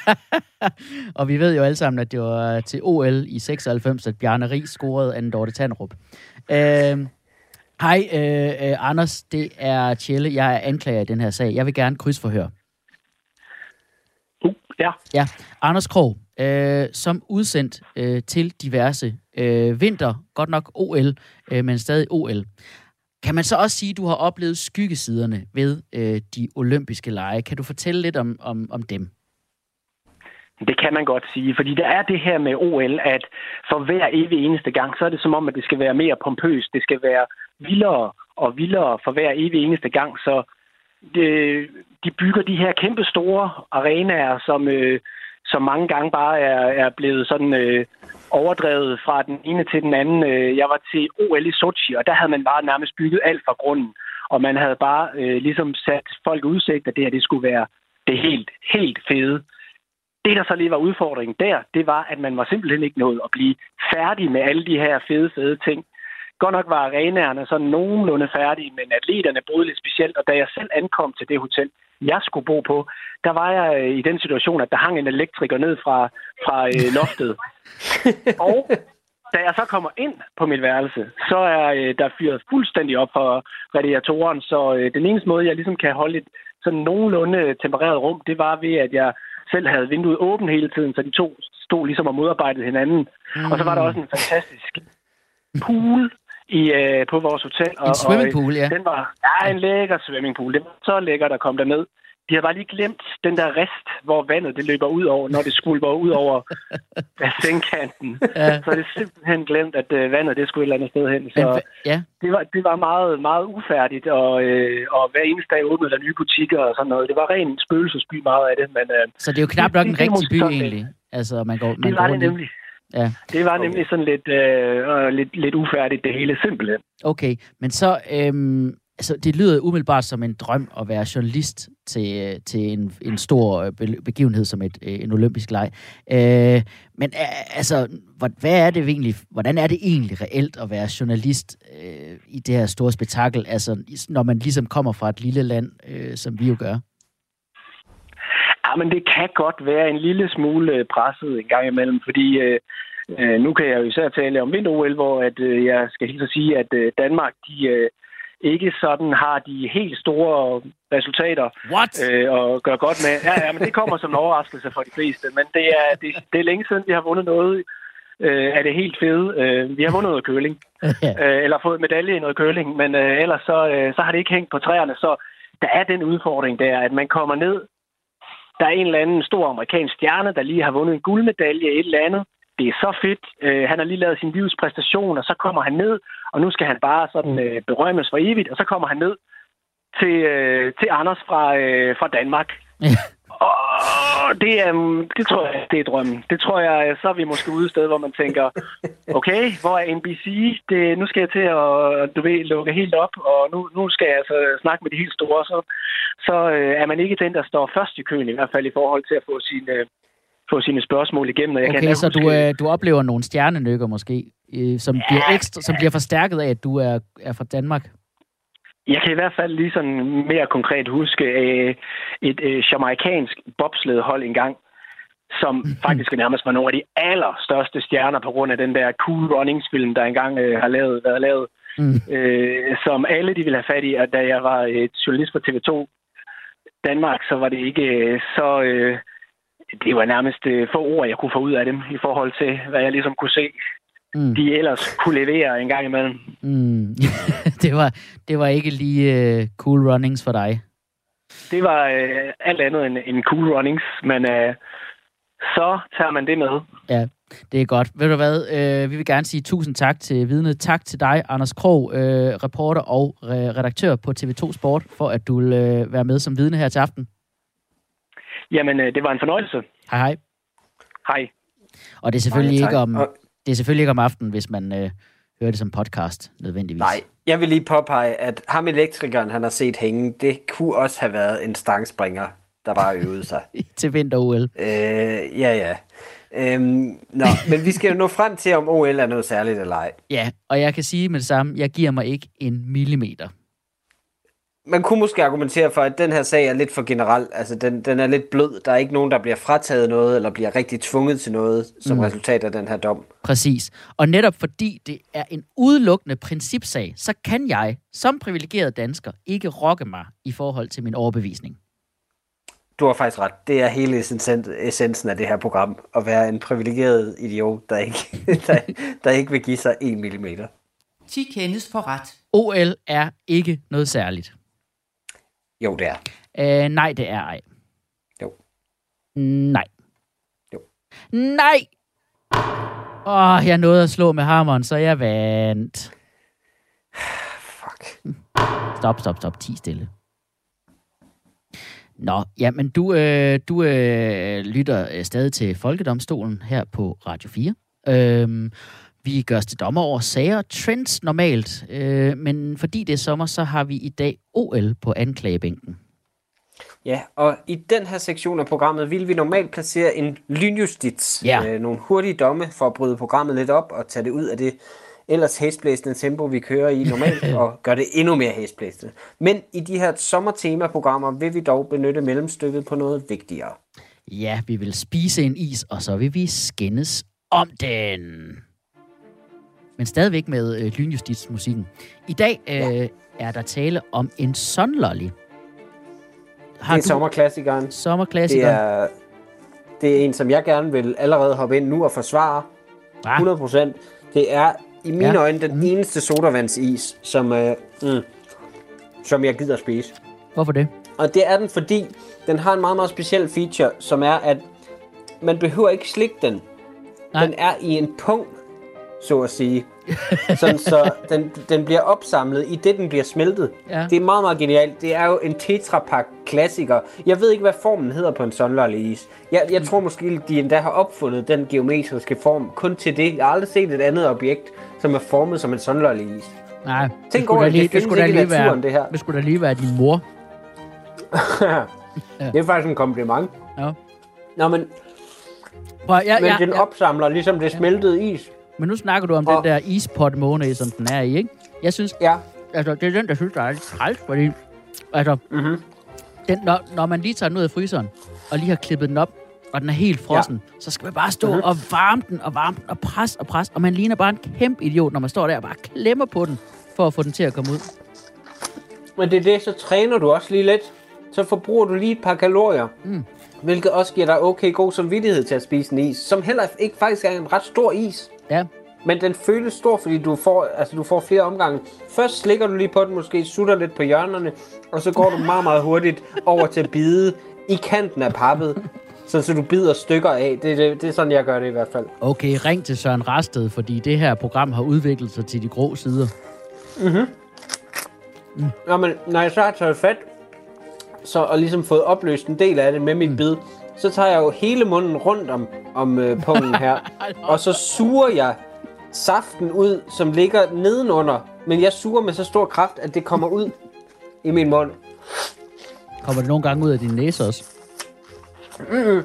Og vi ved jo alle sammen, at det var til O L i seksoghalvfems, at Bjarne Riis scorede anden Dorte Tanderup. Øh, Hej, øh, øh, Anders. Det er Tjelle. Jeg er anklager i den her sag. Jeg vil gerne krydsforhøre. Uh, ja. Ja, Anders Krog, øh, som udsendt øh, til diverse øh, vinter, godt nok O L, øh, men stadig O L. Kan man så også sige, at du har oplevet skyggesiderne ved øh, de olympiske lege? Kan du fortælle lidt om, om, om dem? Det kan man godt sige, fordi der er det her med O L, at for hver evig eneste gang, så er det som om, at det skal være mere pompøst, det skal være vildere og vildere for hver evig eneste gang, så det, de bygger de her kæmpe store arenaer, som, øh, som mange gange bare er, er blevet sådan øh, overdrevet fra den ene til den anden. Jeg var til O L i Sochi, og der havde man bare nærmest bygget alt fra grunden, og man havde bare øh, ligesom sat folk udsigt, at det her det skulle være det helt, helt fede. Det, der så lige var udfordringen der, det var, at man var simpelthen ikke nået at blive færdig med alle de her fede, fede ting. Godt nok var arenaerne sådan nogenlunde færdige, men atleterne boede lidt specielt, og da jeg selv ankom til det hotel, jeg skulle bo på, der var jeg i den situation, at der hang en elektriker ned fra, fra øh, loftet. Og da jeg så kommer ind på mit værelse, så er øh, der fyret fuldstændig op for radiatoren, så øh, den eneste måde, jeg ligesom kan holde et sådan nogenlunde tempereret rum, det var ved, at jeg selv havde vinduet åbent hele tiden, så de to stod ligesom og modarbejdede hinanden. Mm. Og så var der også en fantastisk pool i, øh, på vores hotel. En swimmingpool, ja. Den var ja, en lækker swimmingpool. Det var så lækker, der kom derned. De har bare lige glemt den der rest, hvor vandet det løber ud over, når det skvulper ud over bassinkanten. Ja. Så er det simpelthen glemt, at øh, vandet det skulle et eller andet sted hen. Så Men, ja. det, var, det var meget, meget ufærdigt, og, øh, og hver eneste dag åbnede der nye butikker og sådan noget. Det var ren spøgelsesby meget af det. Men, øh, så det er jo knap nok en rigtig by egentlig. Altså, man går, man det var går det nemlig. Ja. Det var nemlig sådan lidt, øh, lidt, lidt ufærdigt det hele, simpelthen. Okay, men så... Øhm Altså, det lyder umiddelbart som en drøm at være journalist til, til en, en stor begivenhed som et, en olympisk leg. Øh, men altså, hvad er det egentlig, hvordan er det egentlig reelt at være journalist øh, i det her store spektakel, altså, når man ligesom kommer fra et lille land, øh, som vi jo gør? Ja, men det kan godt være en lille smule presset en gang imellem, fordi øh, nu kan jeg jo især tale om vinter-O L, hvor at, øh, jeg skal helt så sige, at øh, Danmark, de... Øh, ikke sådan har de helt store resultater øh, og gør godt med. Ja, ja, men det kommer som en overraskelse for de fleste. Men det er, det, det er længe siden, vi har vundet noget øh, af det helt fede. Øh, vi har vundet noget curling. øh, eller fået medalje i noget curling. Men øh, ellers så, øh, så har det ikke hængt på træerne. Så der er den udfordring der, at man kommer ned. Der er en eller anden stor amerikansk stjerne, der lige har vundet en guldmedalje i et eller andet. Det er så fedt. Øh, han har lige lavet sin livspræstation, og så kommer han ned, og nu skal han bare sådan øh, berømmes for evigt, og så kommer han ned til, øh, til Anders fra, øh, fra Danmark. Og det, øh, det tror jeg, det er drømmen. Det tror jeg, så er vi måske ude et sted, hvor man tænker, okay, hvor er N B C? Det, nu skal jeg til at, du ved, lukke helt op, og nu, nu skal jeg altså snakke med de helt store. Så, så øh, er man ikke den, der står først i køen, i hvert fald i forhold til at få sin... Øh, få sine spørgsmål igennem. Jeg okay, kan så huske... du, øh, du oplever nogle stjernenykker måske, øh, som, ja, bliver ekstra, som bliver forstærket af, at du er, er fra Danmark? Jeg kan i hvert fald lige sådan mere konkret huske øh, et øh, jamaikansk bobsledhold engang, som faktisk nærmest var nogle af de allerstørste stjerner på grund af den der Cool Runnings-film, der engang øh, har lavet, været lavet, mm. øh, som alle de ville have fat i. Og da jeg var et journalist på T V to Danmark, så var det ikke øh, så... Øh, det var nærmest øh, få ord, jeg kunne få ud af dem, i forhold til, hvad jeg ligesom kunne se, mm. de ellers kunne levere en gang imellem. Mm. det, var, det var ikke lige uh, cool runnings for dig? Det var øh, alt andet end, end cool runnings, men øh, så tager man det med. Ja, det er godt. Ved du hvad, øh, vi vil gerne sige tusind tak til vidnet. Tak til dig, Anders Krog, øh, reporter og re- redaktør på T V to Sport, for at du vil øh, være med som vidne her til aften. Jamen, det var en fornøjelse. Hej, hej. Hej. Og det er selvfølgelig, hej, ikke, om, det er selvfølgelig ikke om aftenen, hvis man øh, hører det som podcast, nødvendigvis. Nej, jeg vil lige påpege, at ham elektrikeren, han har set hænge, det kunne også have været en stangspringer, der bare øvede sig. Til vinter-O L. Øh, ja, ja. Øhm, nå, men vi skal jo nå frem til, om O L er noget særligt eller ej. Ja, og jeg kan sige med det samme, jeg giver mig ikke en millimeter. man kunne måske argumentere for, at den her sag er lidt for generel. Altså, den, den er lidt blød. Der er ikke nogen, der bliver frataget noget, eller bliver rigtig tvunget til noget, som mm. resultat af den her dom. Præcis. Og netop fordi det er en udelukkende principsag, så kan jeg, som privilegeret dansker, ikke rokke mig i forhold til min overbevisning. Du har faktisk ret. Det er hele essensen af det her program. At være en privilegeret idiot, der ikke, der, der ikke vil give sig en millimeter. ti kendes for ret. O L er ikke noget særligt. Jo, det er. Øh, nej, det er ej. Jo. Nej. Jo. Nej! Åh, oh, jeg nåede at slå med hammeren, så jeg vandt. Fuck. Stop, stop, stop. Ti stille. Nå, jamen du, øh, du øh, lytter stadig til Folkedomstolen her på Radio fire. Øhm, vi gør os til dommer over sager, trends normalt, øh, men fordi det er sommer, så har vi i dag O L på anklagebænken. Ja, og i den her sektion af programmet vil vi normalt placere en lynjustits. Ja. Øh, nogle hurtige domme for at bryde programmet lidt op og tage det ud af det ellers hæsblæsende tempo, vi kører i normalt, og gøre det endnu mere hæsblæsende. Men i de her sommertema-programmer vil vi dog benytte mellemstykket på noget vigtigere. Ja, vi vil spise en is, og så vil vi skændes om den. Men stadigvæk med øh, lynjustitsmusikken. I dag øh, ja. er der tale om en sunlolly. Har det er sommerklassikeren. Sommerklassikeren. Det er, det er en, som jeg gerne vil allerede hoppe ind nu og forsvare. hundrede procent. Det er i mine ja. øjne den mm. eneste sodavandsis, som, øh, mm, som jeg gider spise. Hvorfor det? Og det er den, fordi den har en meget, meget speciel feature, som er, at man behøver ikke slikke den. Nej. Den er i en pung, så at sige. Sådan, så den, den bliver opsamlet i det, den bliver smeltet. Ja. Det er meget, meget genialt. Det er jo en Tetra Pak klassiker. Jeg ved ikke, hvad formen hedder på en sunlolly-is. Jeg, jeg tror måske, de endda har opfundet den geometriske form kun til det. Jeg har aldrig set et andet objekt, som er formet som en sunlolly-is. Nej, Tænk over, det, det, det findes ikke i naturen, være, det her. Det skulle da lige være din mor. ja. Det er faktisk en kompliment. Ja. Nå, men, Prøv, ja, men ja, den ja. opsamler ligesom det smeltede is. Men nu snakker du om og... den der ispot-måne, som den er i, ikke? Jeg synes, ja. altså, det er den, der synes, der er lidt træls, fordi, altså, mm-hmm. den, når, når man lige tager den ud af fryseren, og lige har klippet den op, og den er helt frossen, ja. så skal man bare stå mm-hmm. og varme den, og varme den, og presse og presse, og man ligner bare en kæmpe idiot, når man står der og bare klemmer på den, for at få den til at komme ud. Men det er det, så træner du også lige lidt, så forbruger du lige et par kalorier, mm. hvilket også giver dig okay god samvittighed til at spise en is, som heller ikke faktisk er en ret stor is. Ja. Men den føles stor, fordi du får, altså, du får flere omgange. Først slikker du lige på den, måske sutter lidt på hjørnerne, og så går du meget, meget hurtigt over til at bide i kanten af pappet, så, så du bider stykker af. Det, det, det er sådan, jeg gør det i hvert fald. Okay, ring til Søren Rasted, fordi det her program har udviklet sig til de grå sider. Mhm. Mm. Nå, men når jeg så har taget fat, så, og ligesom fået opløst en del af det med mit mm. bid, så tager jeg jo hele munden rundt om, om øh, pungen her, og så suger jeg saften ud, som ligger nedenunder, men jeg suger med så stor kraft, at det kommer ud i min mund. Kommer det nogle gange ud af din næse også? Mm-hmm.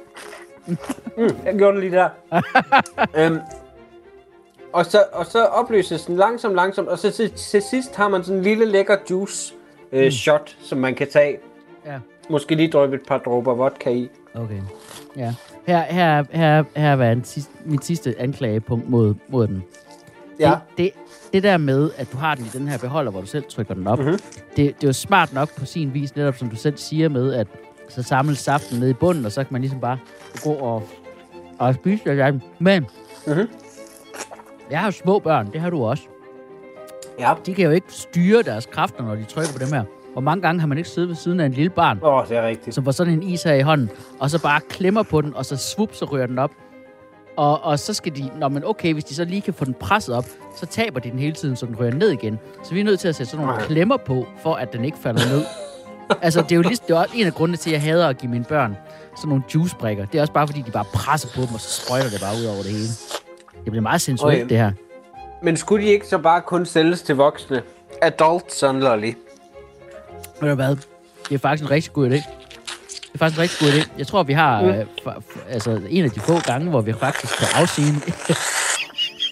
Mm, jeg gjorde det lige der. øhm, og, så, og så opløses den langsomt, langsomt, og så til, til sidst har man sådan en lille lækker juice øh, mm. shot, som man kan tage. Ja. Måske lige dryppe et par dråber vodka i. Okay, ja. Her, her, her, her var en sidste, mit sidste anklagepunkt mod, mod den. Ja. Det, det, det der med, at du har den i den her beholder, hvor du selv trykker den op, mm-hmm. det, det er jo smart nok på sin vis, netop som du selv siger med, at så samles saften ned i bunden, og så kan man ligesom bare gå og, og spise det. Men mm-hmm. jeg har små børn, det har du også. Ja. De kan jo ikke styre deres kræfter, når de trykker på dem her. Hvor mange gange har man ikke siddet ved siden af en lille barn, Åh, oh, det er rigtigt, som får sådan en is her i hånden, og så bare klemmer på den, og så svup, så rører den op. Og, og så skal de, når man okay, hvis de så lige kan få den presset op, så taber de den hele tiden, så den rører ned igen. Så vi er nødt til at sætte sådan nogle klemmer på, for at den ikke falder ned. Altså, det er jo lige, det er en af grundene til, at jeg hader at give mine børn sådan nogle juicebrækker. Det er også bare, fordi de bare presser på dem, og så sprøjter det bare ud over det hele. Det bliver meget sensuelt, det her. Men skulle de ikke så bare kun sælges til voksne? Adult sunlolly. Ved du hvad? Det er faktisk en rigtig god idé. Det er faktisk en rigtig god idé. Jeg tror, vi har mm. øh, for, for, altså, en af de få gange, hvor vi faktisk kan afsige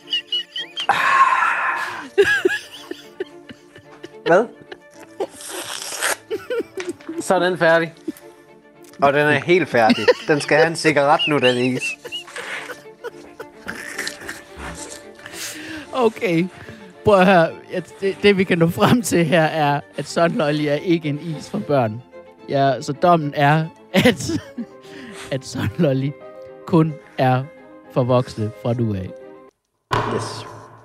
Hvad? Så er den færdig. Og den er helt færdig. Den skal have en cigaret nu, den is. Okay. Prøv at høre. Det, det, vi kan nå frem til her, er, at sunlolly er ikke en is for børn. Ja, så dommen er, at, at sunlolly kun er for voksne fra nu af. Yes.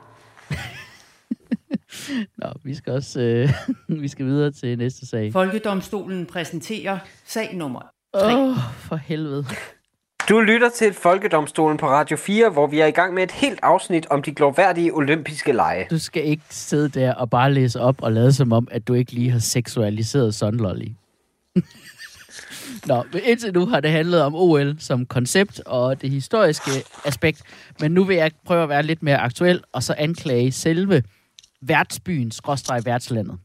Nå, vi skal også øh, vi skal videre til næste sag. Folkedomstolen præsenterer sag nummer tre. Åh, oh, for helvede. Du lytter til Folkedomstolen på Radio fire, hvor vi er i gang med et helt afsnit om de glorværdige olympiske lege. Du skal ikke sidde der og bare læse op og lade som om, at du ikke lige har seksualiseret sunlolly. Nå, men indtil nu har det handlet om O L som koncept og det historiske aspekt, men nu vil jeg prøve at være lidt mere aktuel og så anklage selve værtsbyen, skråstreg værtslandet.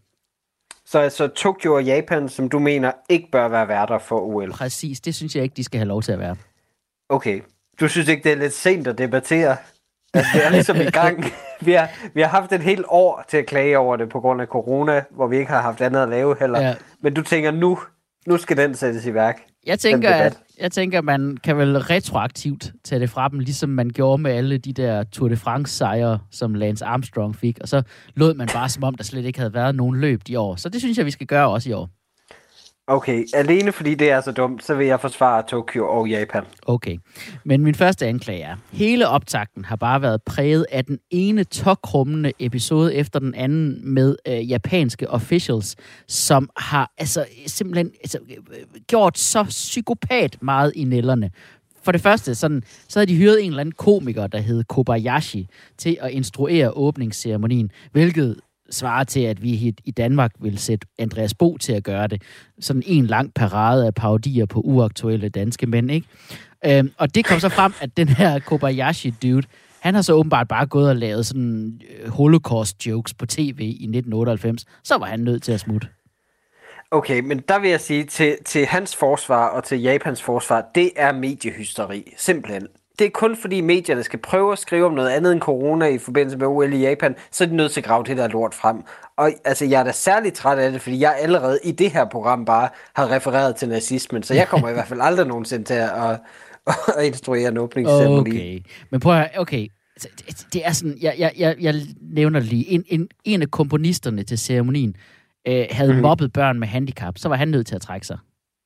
Så altså Tokyo og Japan, som du mener ikke bør være værter for O L? Præcis, det synes jeg ikke, de skal have lov til at være. Okay. Du synes ikke, det er lidt sent at debattere? Altså, det er ligesom i gang. Vi har, vi har haft et helt år til at klage over det på grund af corona, hvor vi ikke har haft andet at lave heller. Ja. Men du tænker, nu, nu skal den sættes i værk? Jeg tænker, at jeg tænker, man kan vel retroaktivt tage det fra dem, ligesom man gjorde med alle de der Tour de France-sejre, som Lance Armstrong fik. Og så lod man bare som om, der slet ikke havde været nogen løb de år. Så det synes jeg, vi skal gøre også i år. Okay, alene fordi det er så dumt, så vil jeg forsvare Tokyo og Japan. Okay, men min første anklage er, hele optakten har bare været præget af den ene tokrummende episode efter den anden med øh, japanske officials, som har altså simpelthen altså, gjort så psykopat meget i nælderne. For det første, sådan, så havde de hyret en eller anden komiker, der hed Kobayashi, til at instruere åbningsceremonien, hvilket svarer til, at vi i Danmark vil sætte Andreas Bo til at gøre det. Sådan en lang parade af parodier på uaktuelle danske mænd, ikke? Øhm, og det kom så frem, at den her Kobayashi-dude, han har så åbenbart bare gået og lavet sådan holocaust-jokes på tv i nitten otteoghalvfems. Så var han nødt til at smutte. Okay, men der vil jeg sige, til, til hans forsvar og til Japans forsvar, det er mediehysteri. Simpelthen. Det er kun fordi medierne skal prøve at skrive om noget andet end corona i forbindelse med O L i Japan, så er de nødt til at grave det der lort frem. Og altså, jeg er da særligt træt af det, fordi jeg allerede i det her program bare har refereret til nazismen, så jeg kommer i hvert fald aldrig nogensinde til at, at, at instruere en åbningsceremoni. Okay, men prøv at okay. Det er sådan, jeg, jeg, jeg, jeg nævner det lige. En, en, en af komponisterne til ceremonien øh, havde mm. mobbet børn med handicap, så var han nødt til at trække sig.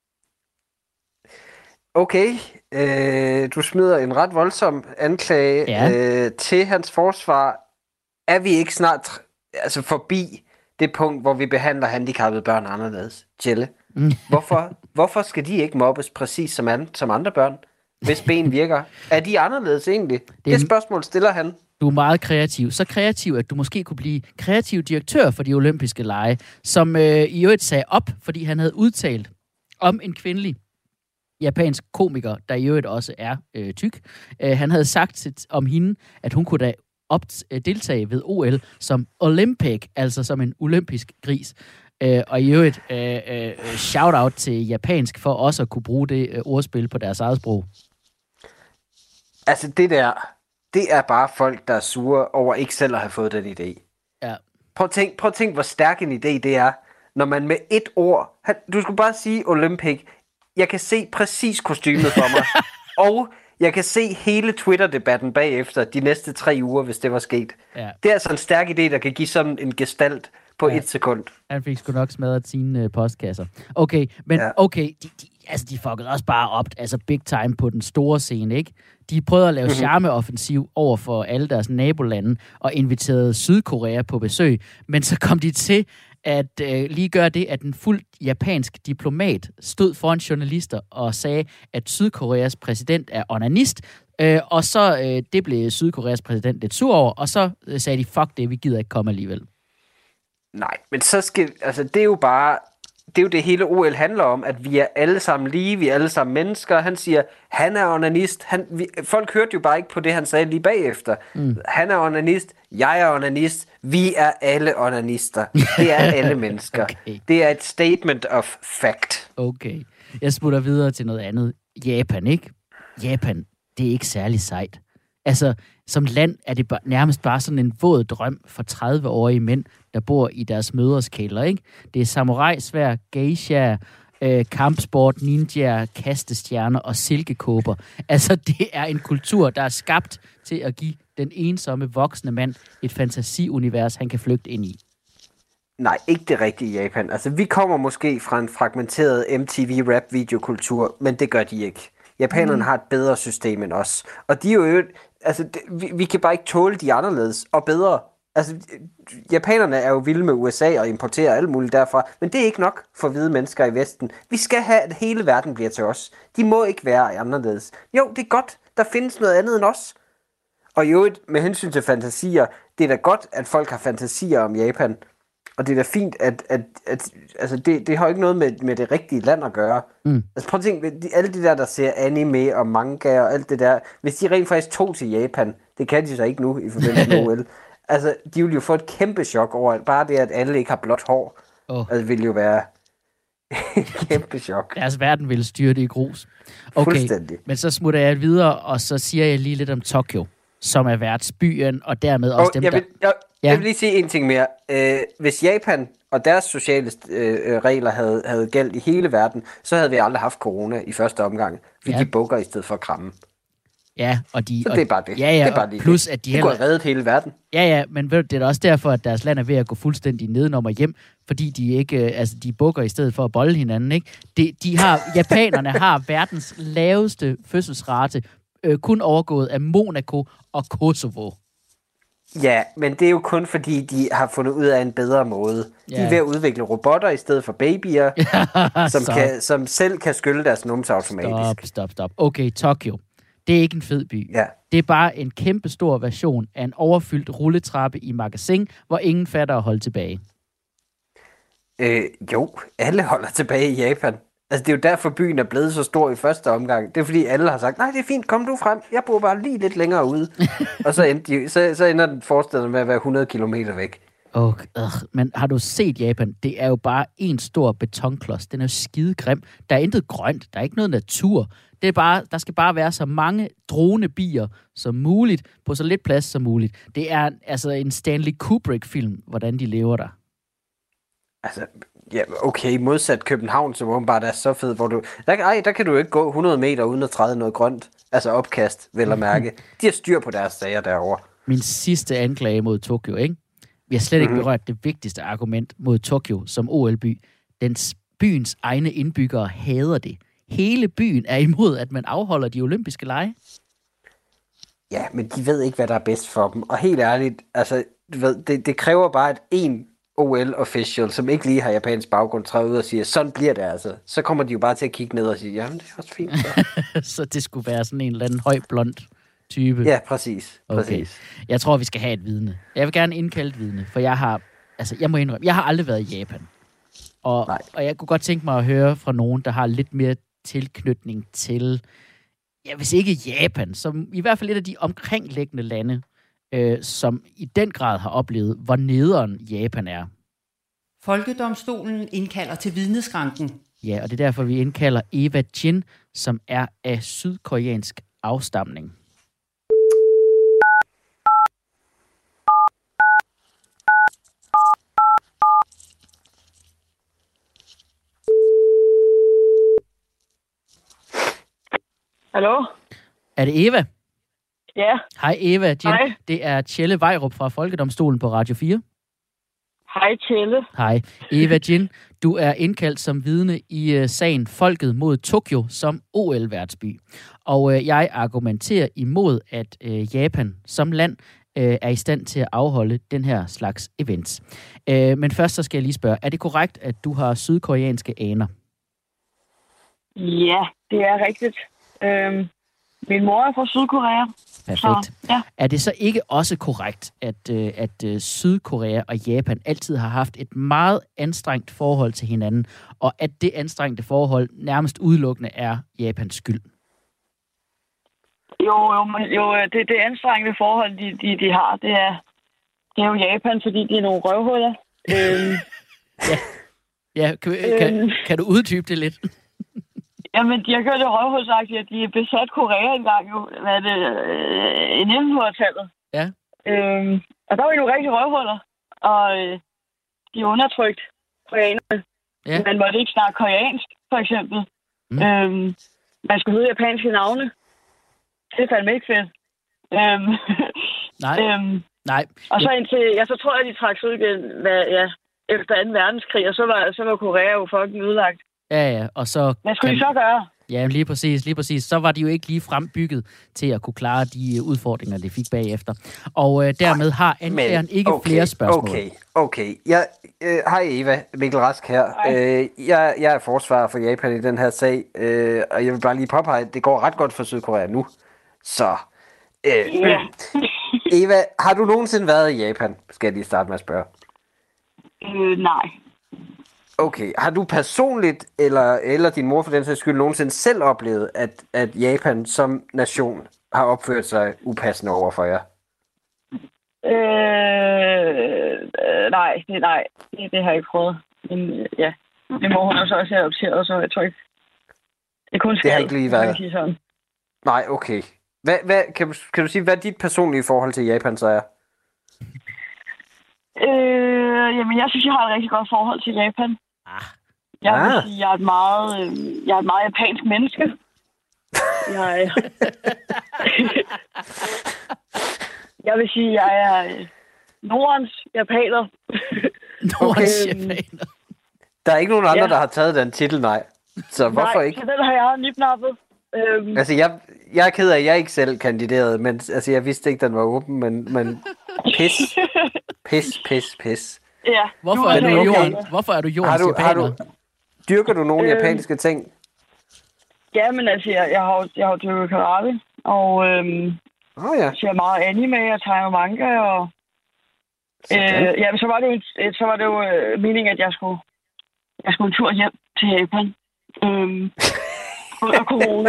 Okay, øh, du smider en ret voldsom anklage ja. øh, til hans forsvar. Er vi ikke snart altså forbi det punkt, hvor vi behandler handicappede børn anderledes? Tjelle. Mm. Hvorfor, hvorfor skal de ikke mobbes præcis som, an, som andre børn, hvis ben virker? Er de anderledes egentlig? Det, det spørgsmål stiller han. Du er meget kreativ. Så kreativ, at du måske kunne blive kreativ direktør for de olympiske lege, som øh, i øvrigt sagde op, fordi han havde udtalt om en kvindelig japansk komiker, der i øvrigt også er øh, tyk. Øh, han havde sagt til, om hende, at hun kunne da op, øh, deltage ved O L som Olympic, altså som en olympisk gris. Øh, og i øvrigt øh, øh, shout-out til japansk for også at kunne bruge det øh, ordspil på deres eget sprog. Altså det der, det er bare folk, der er sure over ikke selv at have fået den idé. Ja. Prøv at tænk, prøv at tænk hvor stærk en idé det er, når man med et ord, du skulle bare sige Olympic. Jeg kan se præcis kostymet for mig, og jeg kan se hele Twitter-debatten bagefter de næste tre uger, hvis det var sket. Ja. Det er altså en stærk idé, der kan give sådan en gestalt på ja. et sekund. Han fik sgu nok smadret sine uh, postkasser. Okay, men ja. okay, de, de, altså de fuckede også bare op, altså big time på den store scene, ikke? De prøvede at lave mm-hmm. charmeoffensiv over for alle deres nabolande, og inviterede Sydkorea på besøg, men så kom de til at øh, lige gøre det, at en fuldt japansk diplomat stod foran journalister og sagde, at Sydkoreas præsident er onanist, øh, og så øh, det blev Sydkoreas præsident lidt sur over, og så øh, sagde de, fuck det, vi gider ikke komme alligevel. Nej, men så skal, altså det er jo bare, det er jo det hele O L handler om, at vi er alle sammen lige, vi er alle sammen mennesker. Han siger, han er onanist. Han, vi, folk hørte jo bare ikke på det, han sagde lige bagefter. Mm. Han er onanist, jeg er onanist, vi er alle onanister. Det er alle mennesker. Okay. Det er et statement of fact. Okay. Jeg smutter videre til noget andet. Japan, ikke? Japan, det er ikke særlig sejt. Altså, som land er det nærmest bare sådan en våd drøm for tredive-årige mænd, der bor i deres mødres kælder, ikke? Det er samurai-sværd, geisha, øh, kampsport, ninjaer, kastestjerner og silkekåber. Altså, det er en kultur, der er skabt til at give den ensomme voksne mand et fantasiunivers, han kan flygte ind i. Nej, ikke det rigtige Japan. Altså, vi kommer måske fra en fragmenteret M T V-rap-videokultur, men det gør de ikke. Japanerne mm. har et bedre system end os. Og de er jo... Altså, det, vi, vi kan bare ikke tåle de anderledes og bedre. Altså, japanerne er jo vilde med U S A og importerer alt muligt derfra, men det er ikke nok for hvide mennesker i Vesten. Vi skal have, at hele verden bliver til os. De må ikke være anderledes. Jo, det er godt. Der findes noget andet end os. Og jo, med hensyn til fantasier, det er da godt, at folk har fantasier om Japan. Og det er da fint, at, at, at altså det, det har jo ikke noget med, med det rigtige land at gøre. Mm. Altså prøv at tænke, alle de der, der ser anime og manga og alt det der, hvis de rent faktisk tog til Japan, det kan de så ikke nu i forbindelse med O L. Altså, de vil jo få et kæmpe chok over, at bare det, at alle ikke har blåt hår, oh. altså, vil jo være et kæmpe chok. Deres verden vil styre det i grus. Okay, fuldstændig. Men så smutter jeg videre, og så siger jeg lige lidt om Tokyo, som er værtsbyen, og dermed også oh, dem, jeg vil, der... Jeg, ja. jeg vil lige sige en ting mere. Øh, hvis Japan og deres sociale øh, regler havde, havde gældt i hele verden, så havde vi aldrig haft corona i første omgang, fordi ja. de bukker i stedet for at kramme. Ja, og de... Så og, det er bare det. Ja, ja, det er bare det. Plus, at de det heller... kunne have reddet hele verden. Ja, ja, men ved du, det er også derfor, at deres land er ved at gå fuldstændig nedenom og hjem, fordi de ikke, altså de bukker i stedet for at bolle hinanden, ikke? De, de har, japanerne har verdens laveste fødselsrate, øh, kun overgået af Monaco og Kosovo. Ja, men det er jo kun fordi, de har fundet ud af en bedre måde. Ja. De er ved at udvikle robotter i stedet for babyer, ja, som, kan, som selv kan skylle deres numse automatisk. Stop, stop, stop. Okay, Tokyo. Det er ikke en fed by. Ja. Det er bare en kæmpe stor version af en overfyldt rulletrappe i magasin, hvor ingen fatter at holde tilbage. Øh, jo, alle holder tilbage i Japan. Altså, det er jo derfor, byen er blevet så stor i første omgang. Det er fordi, alle har sagt, nej, det er fint, kom du frem. Jeg bor bare lige lidt længere ude. Og så, de, så, så ender den forestillende med at være hundrede kilometer væk. Oh, øh, men har du set Japan? Det er jo bare en stor betonklods. Den er jo skidegrim. Der er intet grønt. Der er ikke noget natur. Det er bare, der skal bare være så mange dronebier som muligt, på så lidt plads som muligt. Det er altså en Stanley Kubrick-film, hvordan de lever der. Altså, ja, okay, modsat København, som åbenbart er så fed, hvor du... Der, ej, der kan du ikke gå hundrede meter uden at træde noget grønt. Altså opkast, vel at mærke. De har styr på deres sager derovre. Min sidste anklage mod Tokyo, ikke? Vi har slet ikke mm-hmm. berørt det vigtigste argument mod Tokyo som O L-by. Den byens egne indbyggere hader det. Hele byen er imod, at man afholder de olympiske lege. Ja, men de ved ikke, hvad der er bedst for dem. Og helt ærligt, altså, du ved, det, det kræver bare, at en O L-official, som ikke lige har japansk baggrund, træder ud og siger, sådan bliver det altså. Så kommer de jo bare til at kigge ned og sige, jamen, det er også fint. Så, så det skulle være sådan en eller anden høj, blond type. Ja, præcis. Okay. præcis. Jeg tror, vi skal have et vidne. Jeg vil gerne indkalde et vidne, for jeg har, altså, jeg må indrømme, jeg har aldrig været i Japan. Og, og jeg kunne godt tænke mig at høre fra nogen, der har lidt mere tilknytning til, ja, hvis ikke Japan, som i hvert fald et af de omkringliggende lande, øh, som i den grad har oplevet, hvor nederen Japan er. Folkedomstolen indkalder til vidneskranken. Ja, og det er derfor, vi indkalder Eva Jin, som er af sydkoreansk afstamning. Hallo? Er det Eva? Ja. Hej Eva. Jim. Hej. Det er Tjelle Vejrup fra Folkedomstolen på Radio fire. Hej Tjelle. Hej. Eva Jin, du er indkaldt som vidne i uh, sagen Folket mod Tokyo som O L-værtsby. Og uh, jeg argumenterer imod, at uh, Japan som land uh, er i stand til at afholde den her slags events. Uh, men først så skal jeg lige spørge, er det korrekt, at du har sydkoreanske aner? Ja, det er rigtigt. Øhm, min mor er fra Sydkorea. Perfekt. Så, ja. Er det så ikke også korrekt, at, øh, at øh, Sydkorea og Japan altid har haft et meget anstrengt forhold til hinanden, og at det anstrengte forhold nærmest udelukkende er Japans skyld? Jo, jo, men, jo det, det anstrengte forhold, de, de, de har, det er, det er jo Japan, fordi de er nogle røvhuller. øhm, ja, ja kan, kan, øhm, kan du uddybe det lidt? Jamen, de har gjort det røvhulsagtigt, at de er besat Korea engang jo, hvad er det, øh, i nittenhundredetallet. Ja. Øhm, og der var jo nogle rigtig røvhuller, og øh, de undertrykt koreanerne. Ja. Man måtte ikke snakke koreansk, for eksempel. Mm. Øhm, man skulle hedde japanske navne. Det er fandme ikke fedt. Øhm, Nej, øhm, nej. og så indtil, ja, så tror jeg, de trak sig ud igen, hvad, ja, efter anden verdenskrig, og så var, så var Korea jo fucking udlagt. Ja, ja, og så... Hvad skulle kan- de så gøre? Ja, lige præcis, lige præcis. Så var de jo ikke lige frembygget til at kunne klare de øh, udfordringer, de fik bagefter. Og øh, dermed har anklageren ikke okay, flere spørgsmål. Okay, okay. Jeg, øh, hej Eva, Mikkel Rask her. Øh, jeg, jeg er forsvarer for Japan i den her sag, øh, og jeg vil bare lige påpege, at det går ret godt for Sydkorea nu. Så, øh, Ja. Eva, har du nogensinde været i Japan? Skal jeg lige starte med at spørge. øh, nej. Okay, har du personligt, eller, eller din mor for den sags skyld, nogensinde selv oplevet, at, at Japan som nation har opført sig upassende over for jer? Øh, øh, nej, det, nej. Det, det har jeg ikke prøvet. Men øh, ja, det må hun også have adopteret, så jeg tror ikke... Det er kun Det har skade, ikke lige kan man været. sige sådan. Nej, okay. Hvad, hvad, kan, du, kan du sige, hvad dit personlige forhold til Japan så er? Øh, jamen, jeg synes, jeg har et rigtig godt forhold til Japan. Ah. Jeg vil Ah. sige, jeg er et meget, øh, jeg er et meget japansk menneske. Jeg, jeg vil sige, jeg er øh, Nordens japaner. Nordens Okay. japaner. Der er ikke nogen andre, Ja. der har taget den titel, nej. Så hvorfor Nej, ikke? så den har jeg nipnappet. Øhm, Altså, jeg, jeg er ked af, at jeg ikke selv kandiderede, men altså, jeg vidste ikke, den var åben, men, men pis, pis, pis, pis. ja. Hvorfor Nu er, jeg du okay. jorden, hvorfor er du Har jordens du, har japaner? du, dyrker du nogle Øhm. japanske ting? Ja, men altså, jeg, jeg har jo jeg har jo dyrket karate, og øhm, Åh oh, ja. ser meget anime og tegner manga, og Sådan. øh, ja, men så var det jo, en- så var det jo øh, meningen, at jeg skulle, jeg skulle en tur hjem til Japan. Øhm, under corona.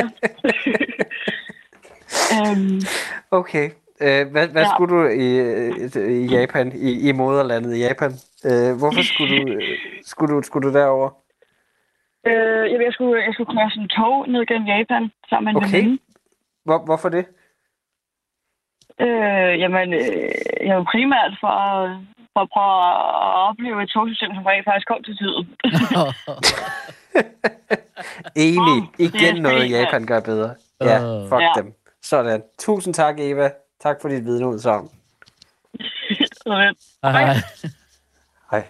øhm, Okay. Øh, hvad hvad Ja. skulle du i, øh, i Japan, i, i moderlandet i Japan? Øh, hvorfor skulle du, øh, skulle du, skulle du derover? øh, jeg, jeg, skulle, jeg skulle køre sådan en tog ned gennem Japan sammen med en Okay. veninde. Hvor, hvorfor det? Øh, jamen, øh, jeg er jo primært for, at- for at prøve at opleve et togsystem, som rent faktisk kom til tiden. Enig. Åh, det er Igen noget, fint, Japan gør bedre. Ja, Åh. fuck Ja. dem. Sådan. Tusind tak, Eva. Tak for dit vidneudsagn. Så lidt. Hej. Hej.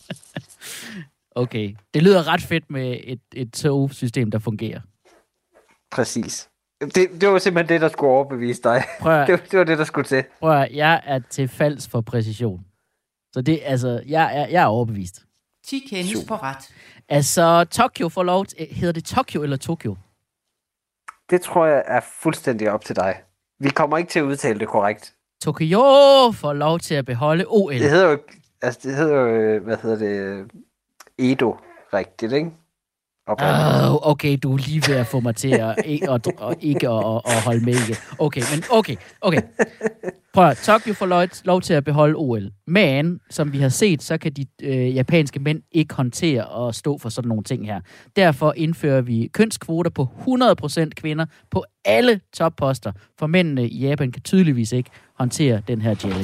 Okay. Det lyder ret fedt med et, et togsystem, der fungerer. Præcis. Det, det var simpelthen det, der skulle overbevise dig. Prøv at, Det, var- det var det, der skulle til. prøv at, jeg er til falds for præcision. Så det, altså, jeg er, jeg er overbevist. ti kendes på ret. Altså, Tokyo får lov til, hedder det Tokyo eller Tokyo? Det tror jeg er fuldstændig op til dig. Vi kommer ikke til at udtale det korrekt. Tokyo får lov til at beholde O L. Det hedder jo, altså det hedder jo, øh, hvad hedder det, Edo, rigtigt, ikke? Oprindeligt. Oh, okay, du er lige ved at få mig til at, ikke, at, at, ikke at, at, at holde med igen. Okay, men okay, okay. Prøv at, Tokyo får lov, lov til at beholde O L. Men, som vi har set, så kan de øh, japanske mænd ikke håndtere og stå for sådan nogle ting her. Derfor indfører vi kønskvoter på hundrede procent kvinder på alle topposter, for mændene i Japan kan tydeligvis ikke håndtere den her jelly.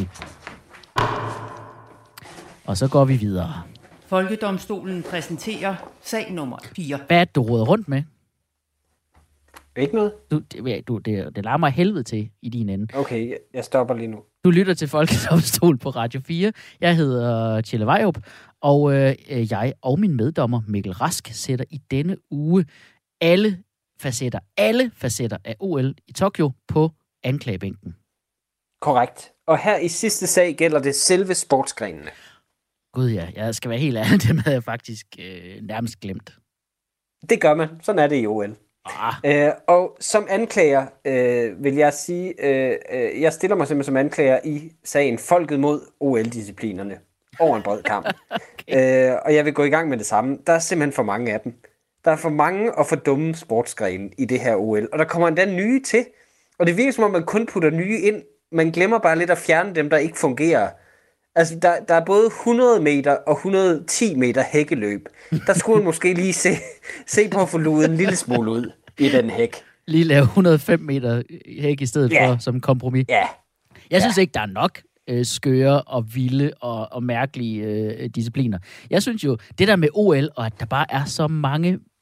Og så går vi videre. Folkedomstolen præsenterer sag nummer fire. Hvad er det, du råder rundt med? Ikke noget? Du, det, du, det, det larmer helvede til i din ende. Okay, jeg- jeg stopper lige nu. Du lytter til Folkedomstol på Radio fire. Jeg hedder Tjelle Vejrup, og øh, jeg og min meddommer Mikkel Rask sætter i denne uge alle facetter, alle facetter af O L i Tokyo på anklagebænken. Korrekt. Og her i sidste sag gælder det selve sportsgrenene. Gud ja, jeg skal være helt ærlig, det havde jeg faktisk øh, nærmest glemt. Det gør man. Sådan er det i O L. Ah, Øh, og som anklager øh, vil jeg sige, øh, øh, jeg stiller mig simpelthen som anklager i sagen Folket mod O L-disciplinerne over en bred kamp. okay. øh, og jeg vil gå i gang med det samme. Der er simpelthen for mange af dem. Der er for mange og for dumme sportsgrene i det her O L. Og der kommer endda nye til. Og det virker som om, man kun putter nye ind. Man glemmer bare lidt at fjerne dem, der ikke fungerer. Altså, der, der er både hundrede meter og hundrede og ti meter hækkeløb. Der skulle man måske lige se, se på at få luet en lille smule ud i den hæk. lige lave hundrede og fem meter hæk i stedet Ja. for som kompromis. Ja, Jeg synes ikke, der er nok øh, skøre og vilde og, og mærkelige øh, discipliner. Jeg synes jo, det der med O L, og at der bare er så mange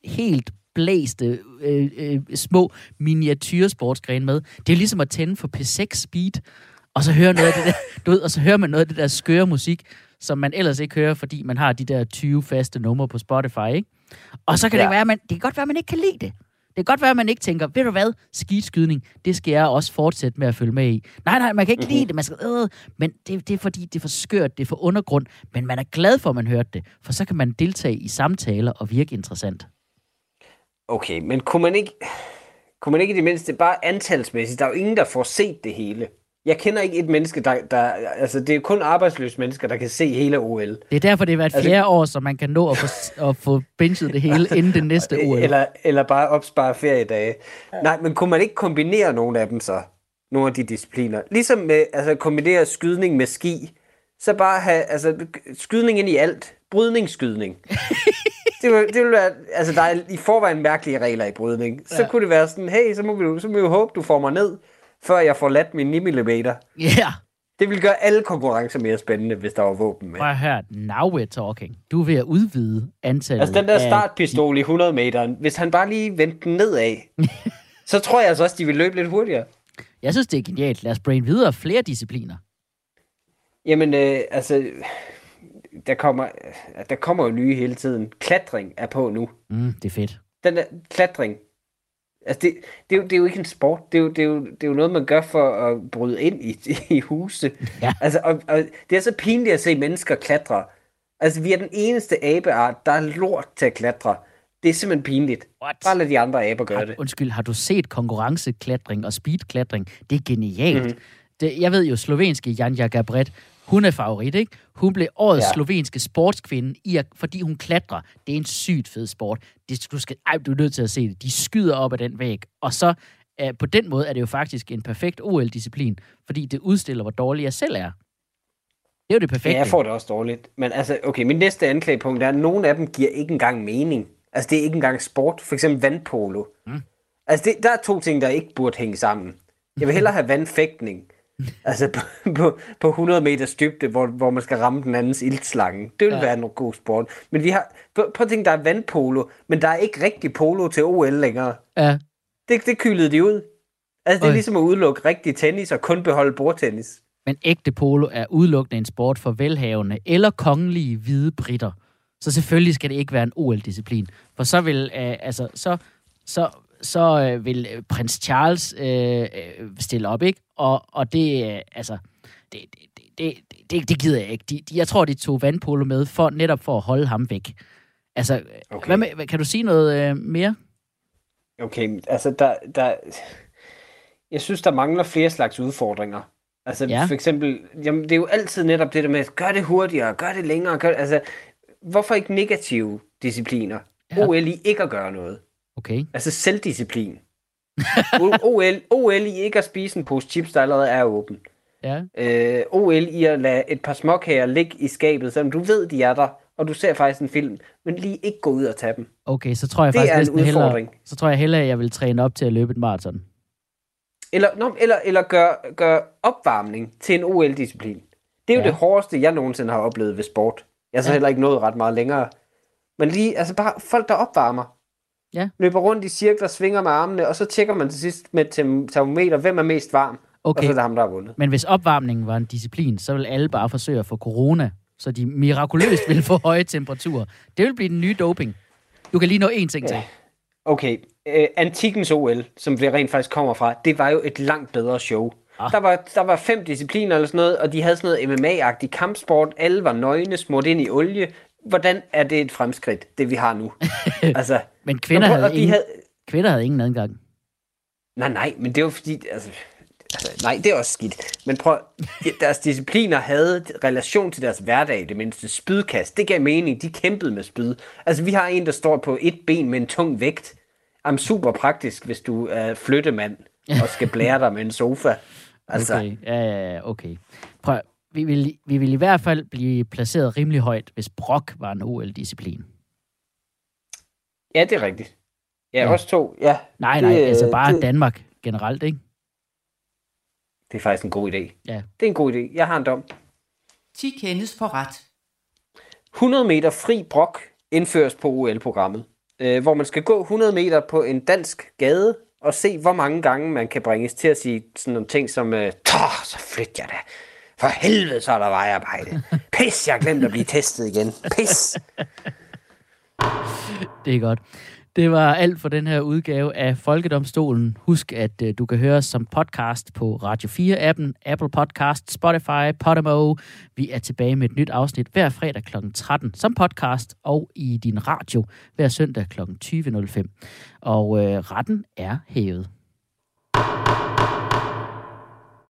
helt blæste øh, øh, små miniatyrsportsgrene med. Det er ligesom at tænde for P seks Speed, og så hører noget af det der, du ved, og så hører man noget af det der skøre musik, som man ellers ikke hører, fordi man har de der tyve faste numre på Spotify, ikke? Og så kan ja. det være, man, det kan godt være, at man ikke kan lide det. Det kan godt være, at man ikke tænker, ved du hvad, skidskydning, det skal jeg også fortsætte med at følge med i. Nej, nej, man kan ikke mm-hmm. lide det, man skal, øh, men det, det er fordi, det er for skørt, det er for undergrund, men man er glad for, at man hørte det, for så kan man deltage i samtaler og virke interessant. Okay, men kunne man ikke, kunne man ikke i det mindste, bare antalsmæssigt, der er jo ingen, der får set det hele. Jeg kender ikke et menneske, der, der altså det er kun arbejdsløse mennesker, der kan se hele O L. Det er derfor, det er hvert fjerde altså, år, så man kan nå at få, at få binget det hele inden det næste O L. Eller, eller bare opspare feriedage. Ja. Nej, men kunne man ikke kombinere nogle af dem så? Nogle af de discipliner. Ligesom med, altså kombinere skydning med ski, så bare have, altså skydning ind i alt. Brydningsskydning. det, vil, det vil være, altså der er i forvejen mærkelige regler i brydning. Så ja. kunne det være sådan, hey, så må vi, så må vi jo håbe, du får mig ned, før jeg får ladt min ni millimeter. Ja. Yeah. Det vil gøre alle konkurrencer mere spændende, hvis der var våben med. Prøv at høre, now we're talking. Du er ved at udvide antallet. Altså den der startpistol af... i hundrede meter, hvis han bare lige vendte den nedad, så tror jeg altså også, de vil løbe lidt hurtigere. Jeg synes, det er genialt. Lad os brain videre flere discipliner. Jamen, øh, altså, der kommer, der kommer jo nye hele tiden. Klatring er på nu. Mm, det er fedt. Den der klatring, altså det, det, er jo, det er jo ikke en sport. Det er jo, det er jo, det er jo noget, man gør for at bryde ind i, i huse. Ja. Altså, og, og det er så pinligt at se mennesker klatre. Altså, vi er den eneste abeart, der er lort til at klatre. Det er simpelthen pinligt. What? Bare lad de andre aber gøre har, det. Undskyld, har du set konkurrenceklatring og speedklatring? Det er genialt. Mm-hmm. Det, jeg ved jo, slovenske Janja Gabret, hun er favorit, ikke? Hun blev årets ja. slovenske sportskvinde, i at, fordi hun klatrer. Det er en sygt fed sport. Det, du, skal, ej, du er nødt til at se det. De skyder op ad den væg. Og så uh, på den måde er det jo faktisk en perfekt O L-disciplin, fordi det udstiller, hvor dårlig jeg selv er. Det er jo det perfekte. Ja, jeg får det også dårligt. Men altså, okay, min næste anklagepunkt er, at nogle af dem giver ikke engang mening. Altså, det er ikke engang sport. For eksempel vandpolo. Mm. Altså, det, der er to ting, der ikke burde hænge sammen. Jeg vil hellere have vandfægtning. Altså på, på, på hundrede meters dybde, hvor, hvor man skal ramme den andens iltslange. Det vil ja. være en god sport. Men vi har, prøv at tænke, der er vandpolo, men der er ikke rigtig polo til O L længere. Ja. Det, det kylede de ud. Altså det er Øj. ligesom at udelukke rigtig tennis og kun beholde bordtennis. Men ægte polo er udelukkende en sport for velhavende eller kongelige hvide britter. Så selvfølgelig skal det ikke være en O L-disciplin. For så vil, øh, altså, så, så så øh, vil øh, prins Charles øh, øh, stille op, ikke? Og, og det, øh, altså, det, det, det, det, det gider jeg ikke. De, de, jeg tror, de tog vandpolo med, for, netop for at holde ham væk. Altså, okay. hvad med, kan du sige noget øh, mere? Okay, altså, der, der, jeg synes, der mangler flere slags udfordringer. Altså, ja. for eksempel, jamen, det er jo altid netop det der med, gør det hurtigere, gør det længere, gør, altså, hvorfor ikke negative discipliner? Ja. O L i ikke at gøre noget. Okay. Altså selvdisciplin. O L, O L i ikke at spise en pose chips, der allerede er åben. Ja. Øh, O L i at lade et par småkager ligge i skabet, selvom du ved, de er der, og du ser faktisk en film, men lige ikke gå ud og tage dem. Okay, så tror jeg faktisk næsten hellere, så tror jeg hellere, at jeg vil træne op til at løbe et maraton. Eller, no, eller, eller gøre gør opvarmning til en O L-disciplin. Det er jo ja. det hårdeste, jeg nogensinde har oplevet ved sport. Jeg har så ja. heller ikke nået ret meget længere. Men lige, altså bare folk, der opvarmer. Ja. Løber rundt i cirkler, svinger med armene, og så tjekker man til sidst med termometer, hvem er mest varm, okay. og så er det ham, der har vundet. Men hvis opvarmningen var en disciplin, så vil alle bare forsøge at få corona, så de mirakuløst vil få høje temperaturer. Det vil blive den nye doping. Du kan lige nå én ting til. Okay, uh, antikkens O L, som vi rent faktisk kommer fra, det var jo et langt bedre show. Ah. Der, var, der var fem discipliner eller sådan noget, og de havde sådan noget M M A-agtig kampsport. Alle var nøgne, smurt ind i olie. Hvordan er det et fremskridt, det vi har nu? Altså, men kvinder, prøv, havde ingen, havde... kvinder havde ingen adgang. Nej, nej, men det var fordi... Altså, altså, nej, det er også skidt. Men prøv, deres discipliner havde relation til deres hverdag, det mindste spydkast. Det gav mening, de kæmpede med spyd. Altså, vi har en, der står på et ben med en tung vægt. Jamen, super praktisk, hvis du er flyttemand og skal blære dig med en sofa. Altså. Okay, ja, ja, ja, okay. Prøv, vi vil, vi vil i hvert fald blive placeret rimelig højt, hvis brok var en O L-disciplin. Ja, det er rigtigt. Ja, ja. Også to, ja. Nej, nej, det, altså bare det, Danmark generelt, ikke? Det er faktisk en god idé. Ja. Det er en god idé. Jeg har en dom. ti kendes for ret. hundrede meter fri brok indføres på O L-programmet. øh, hvor man skal gå hundrede meter på en dansk gade og se, hvor mange gange man kan bringes til at sige sådan nogle ting som, øh, så flyt jeg da. For helvede, så er der vejarbejde. Pis, jeg har glemt at blive testet igen. Pis. Det er godt. Det var alt for den her udgave af Folkedomstolen. Husk, at uh, du kan høre os som podcast på Radio fire-appen, Apple Podcast, Spotify, Podimo. Vi er tilbage med et nyt afsnit hver fredag klokken tretten som podcast og i din radio hver søndag klokken tyve nul fem. Og uh, retten er hævet.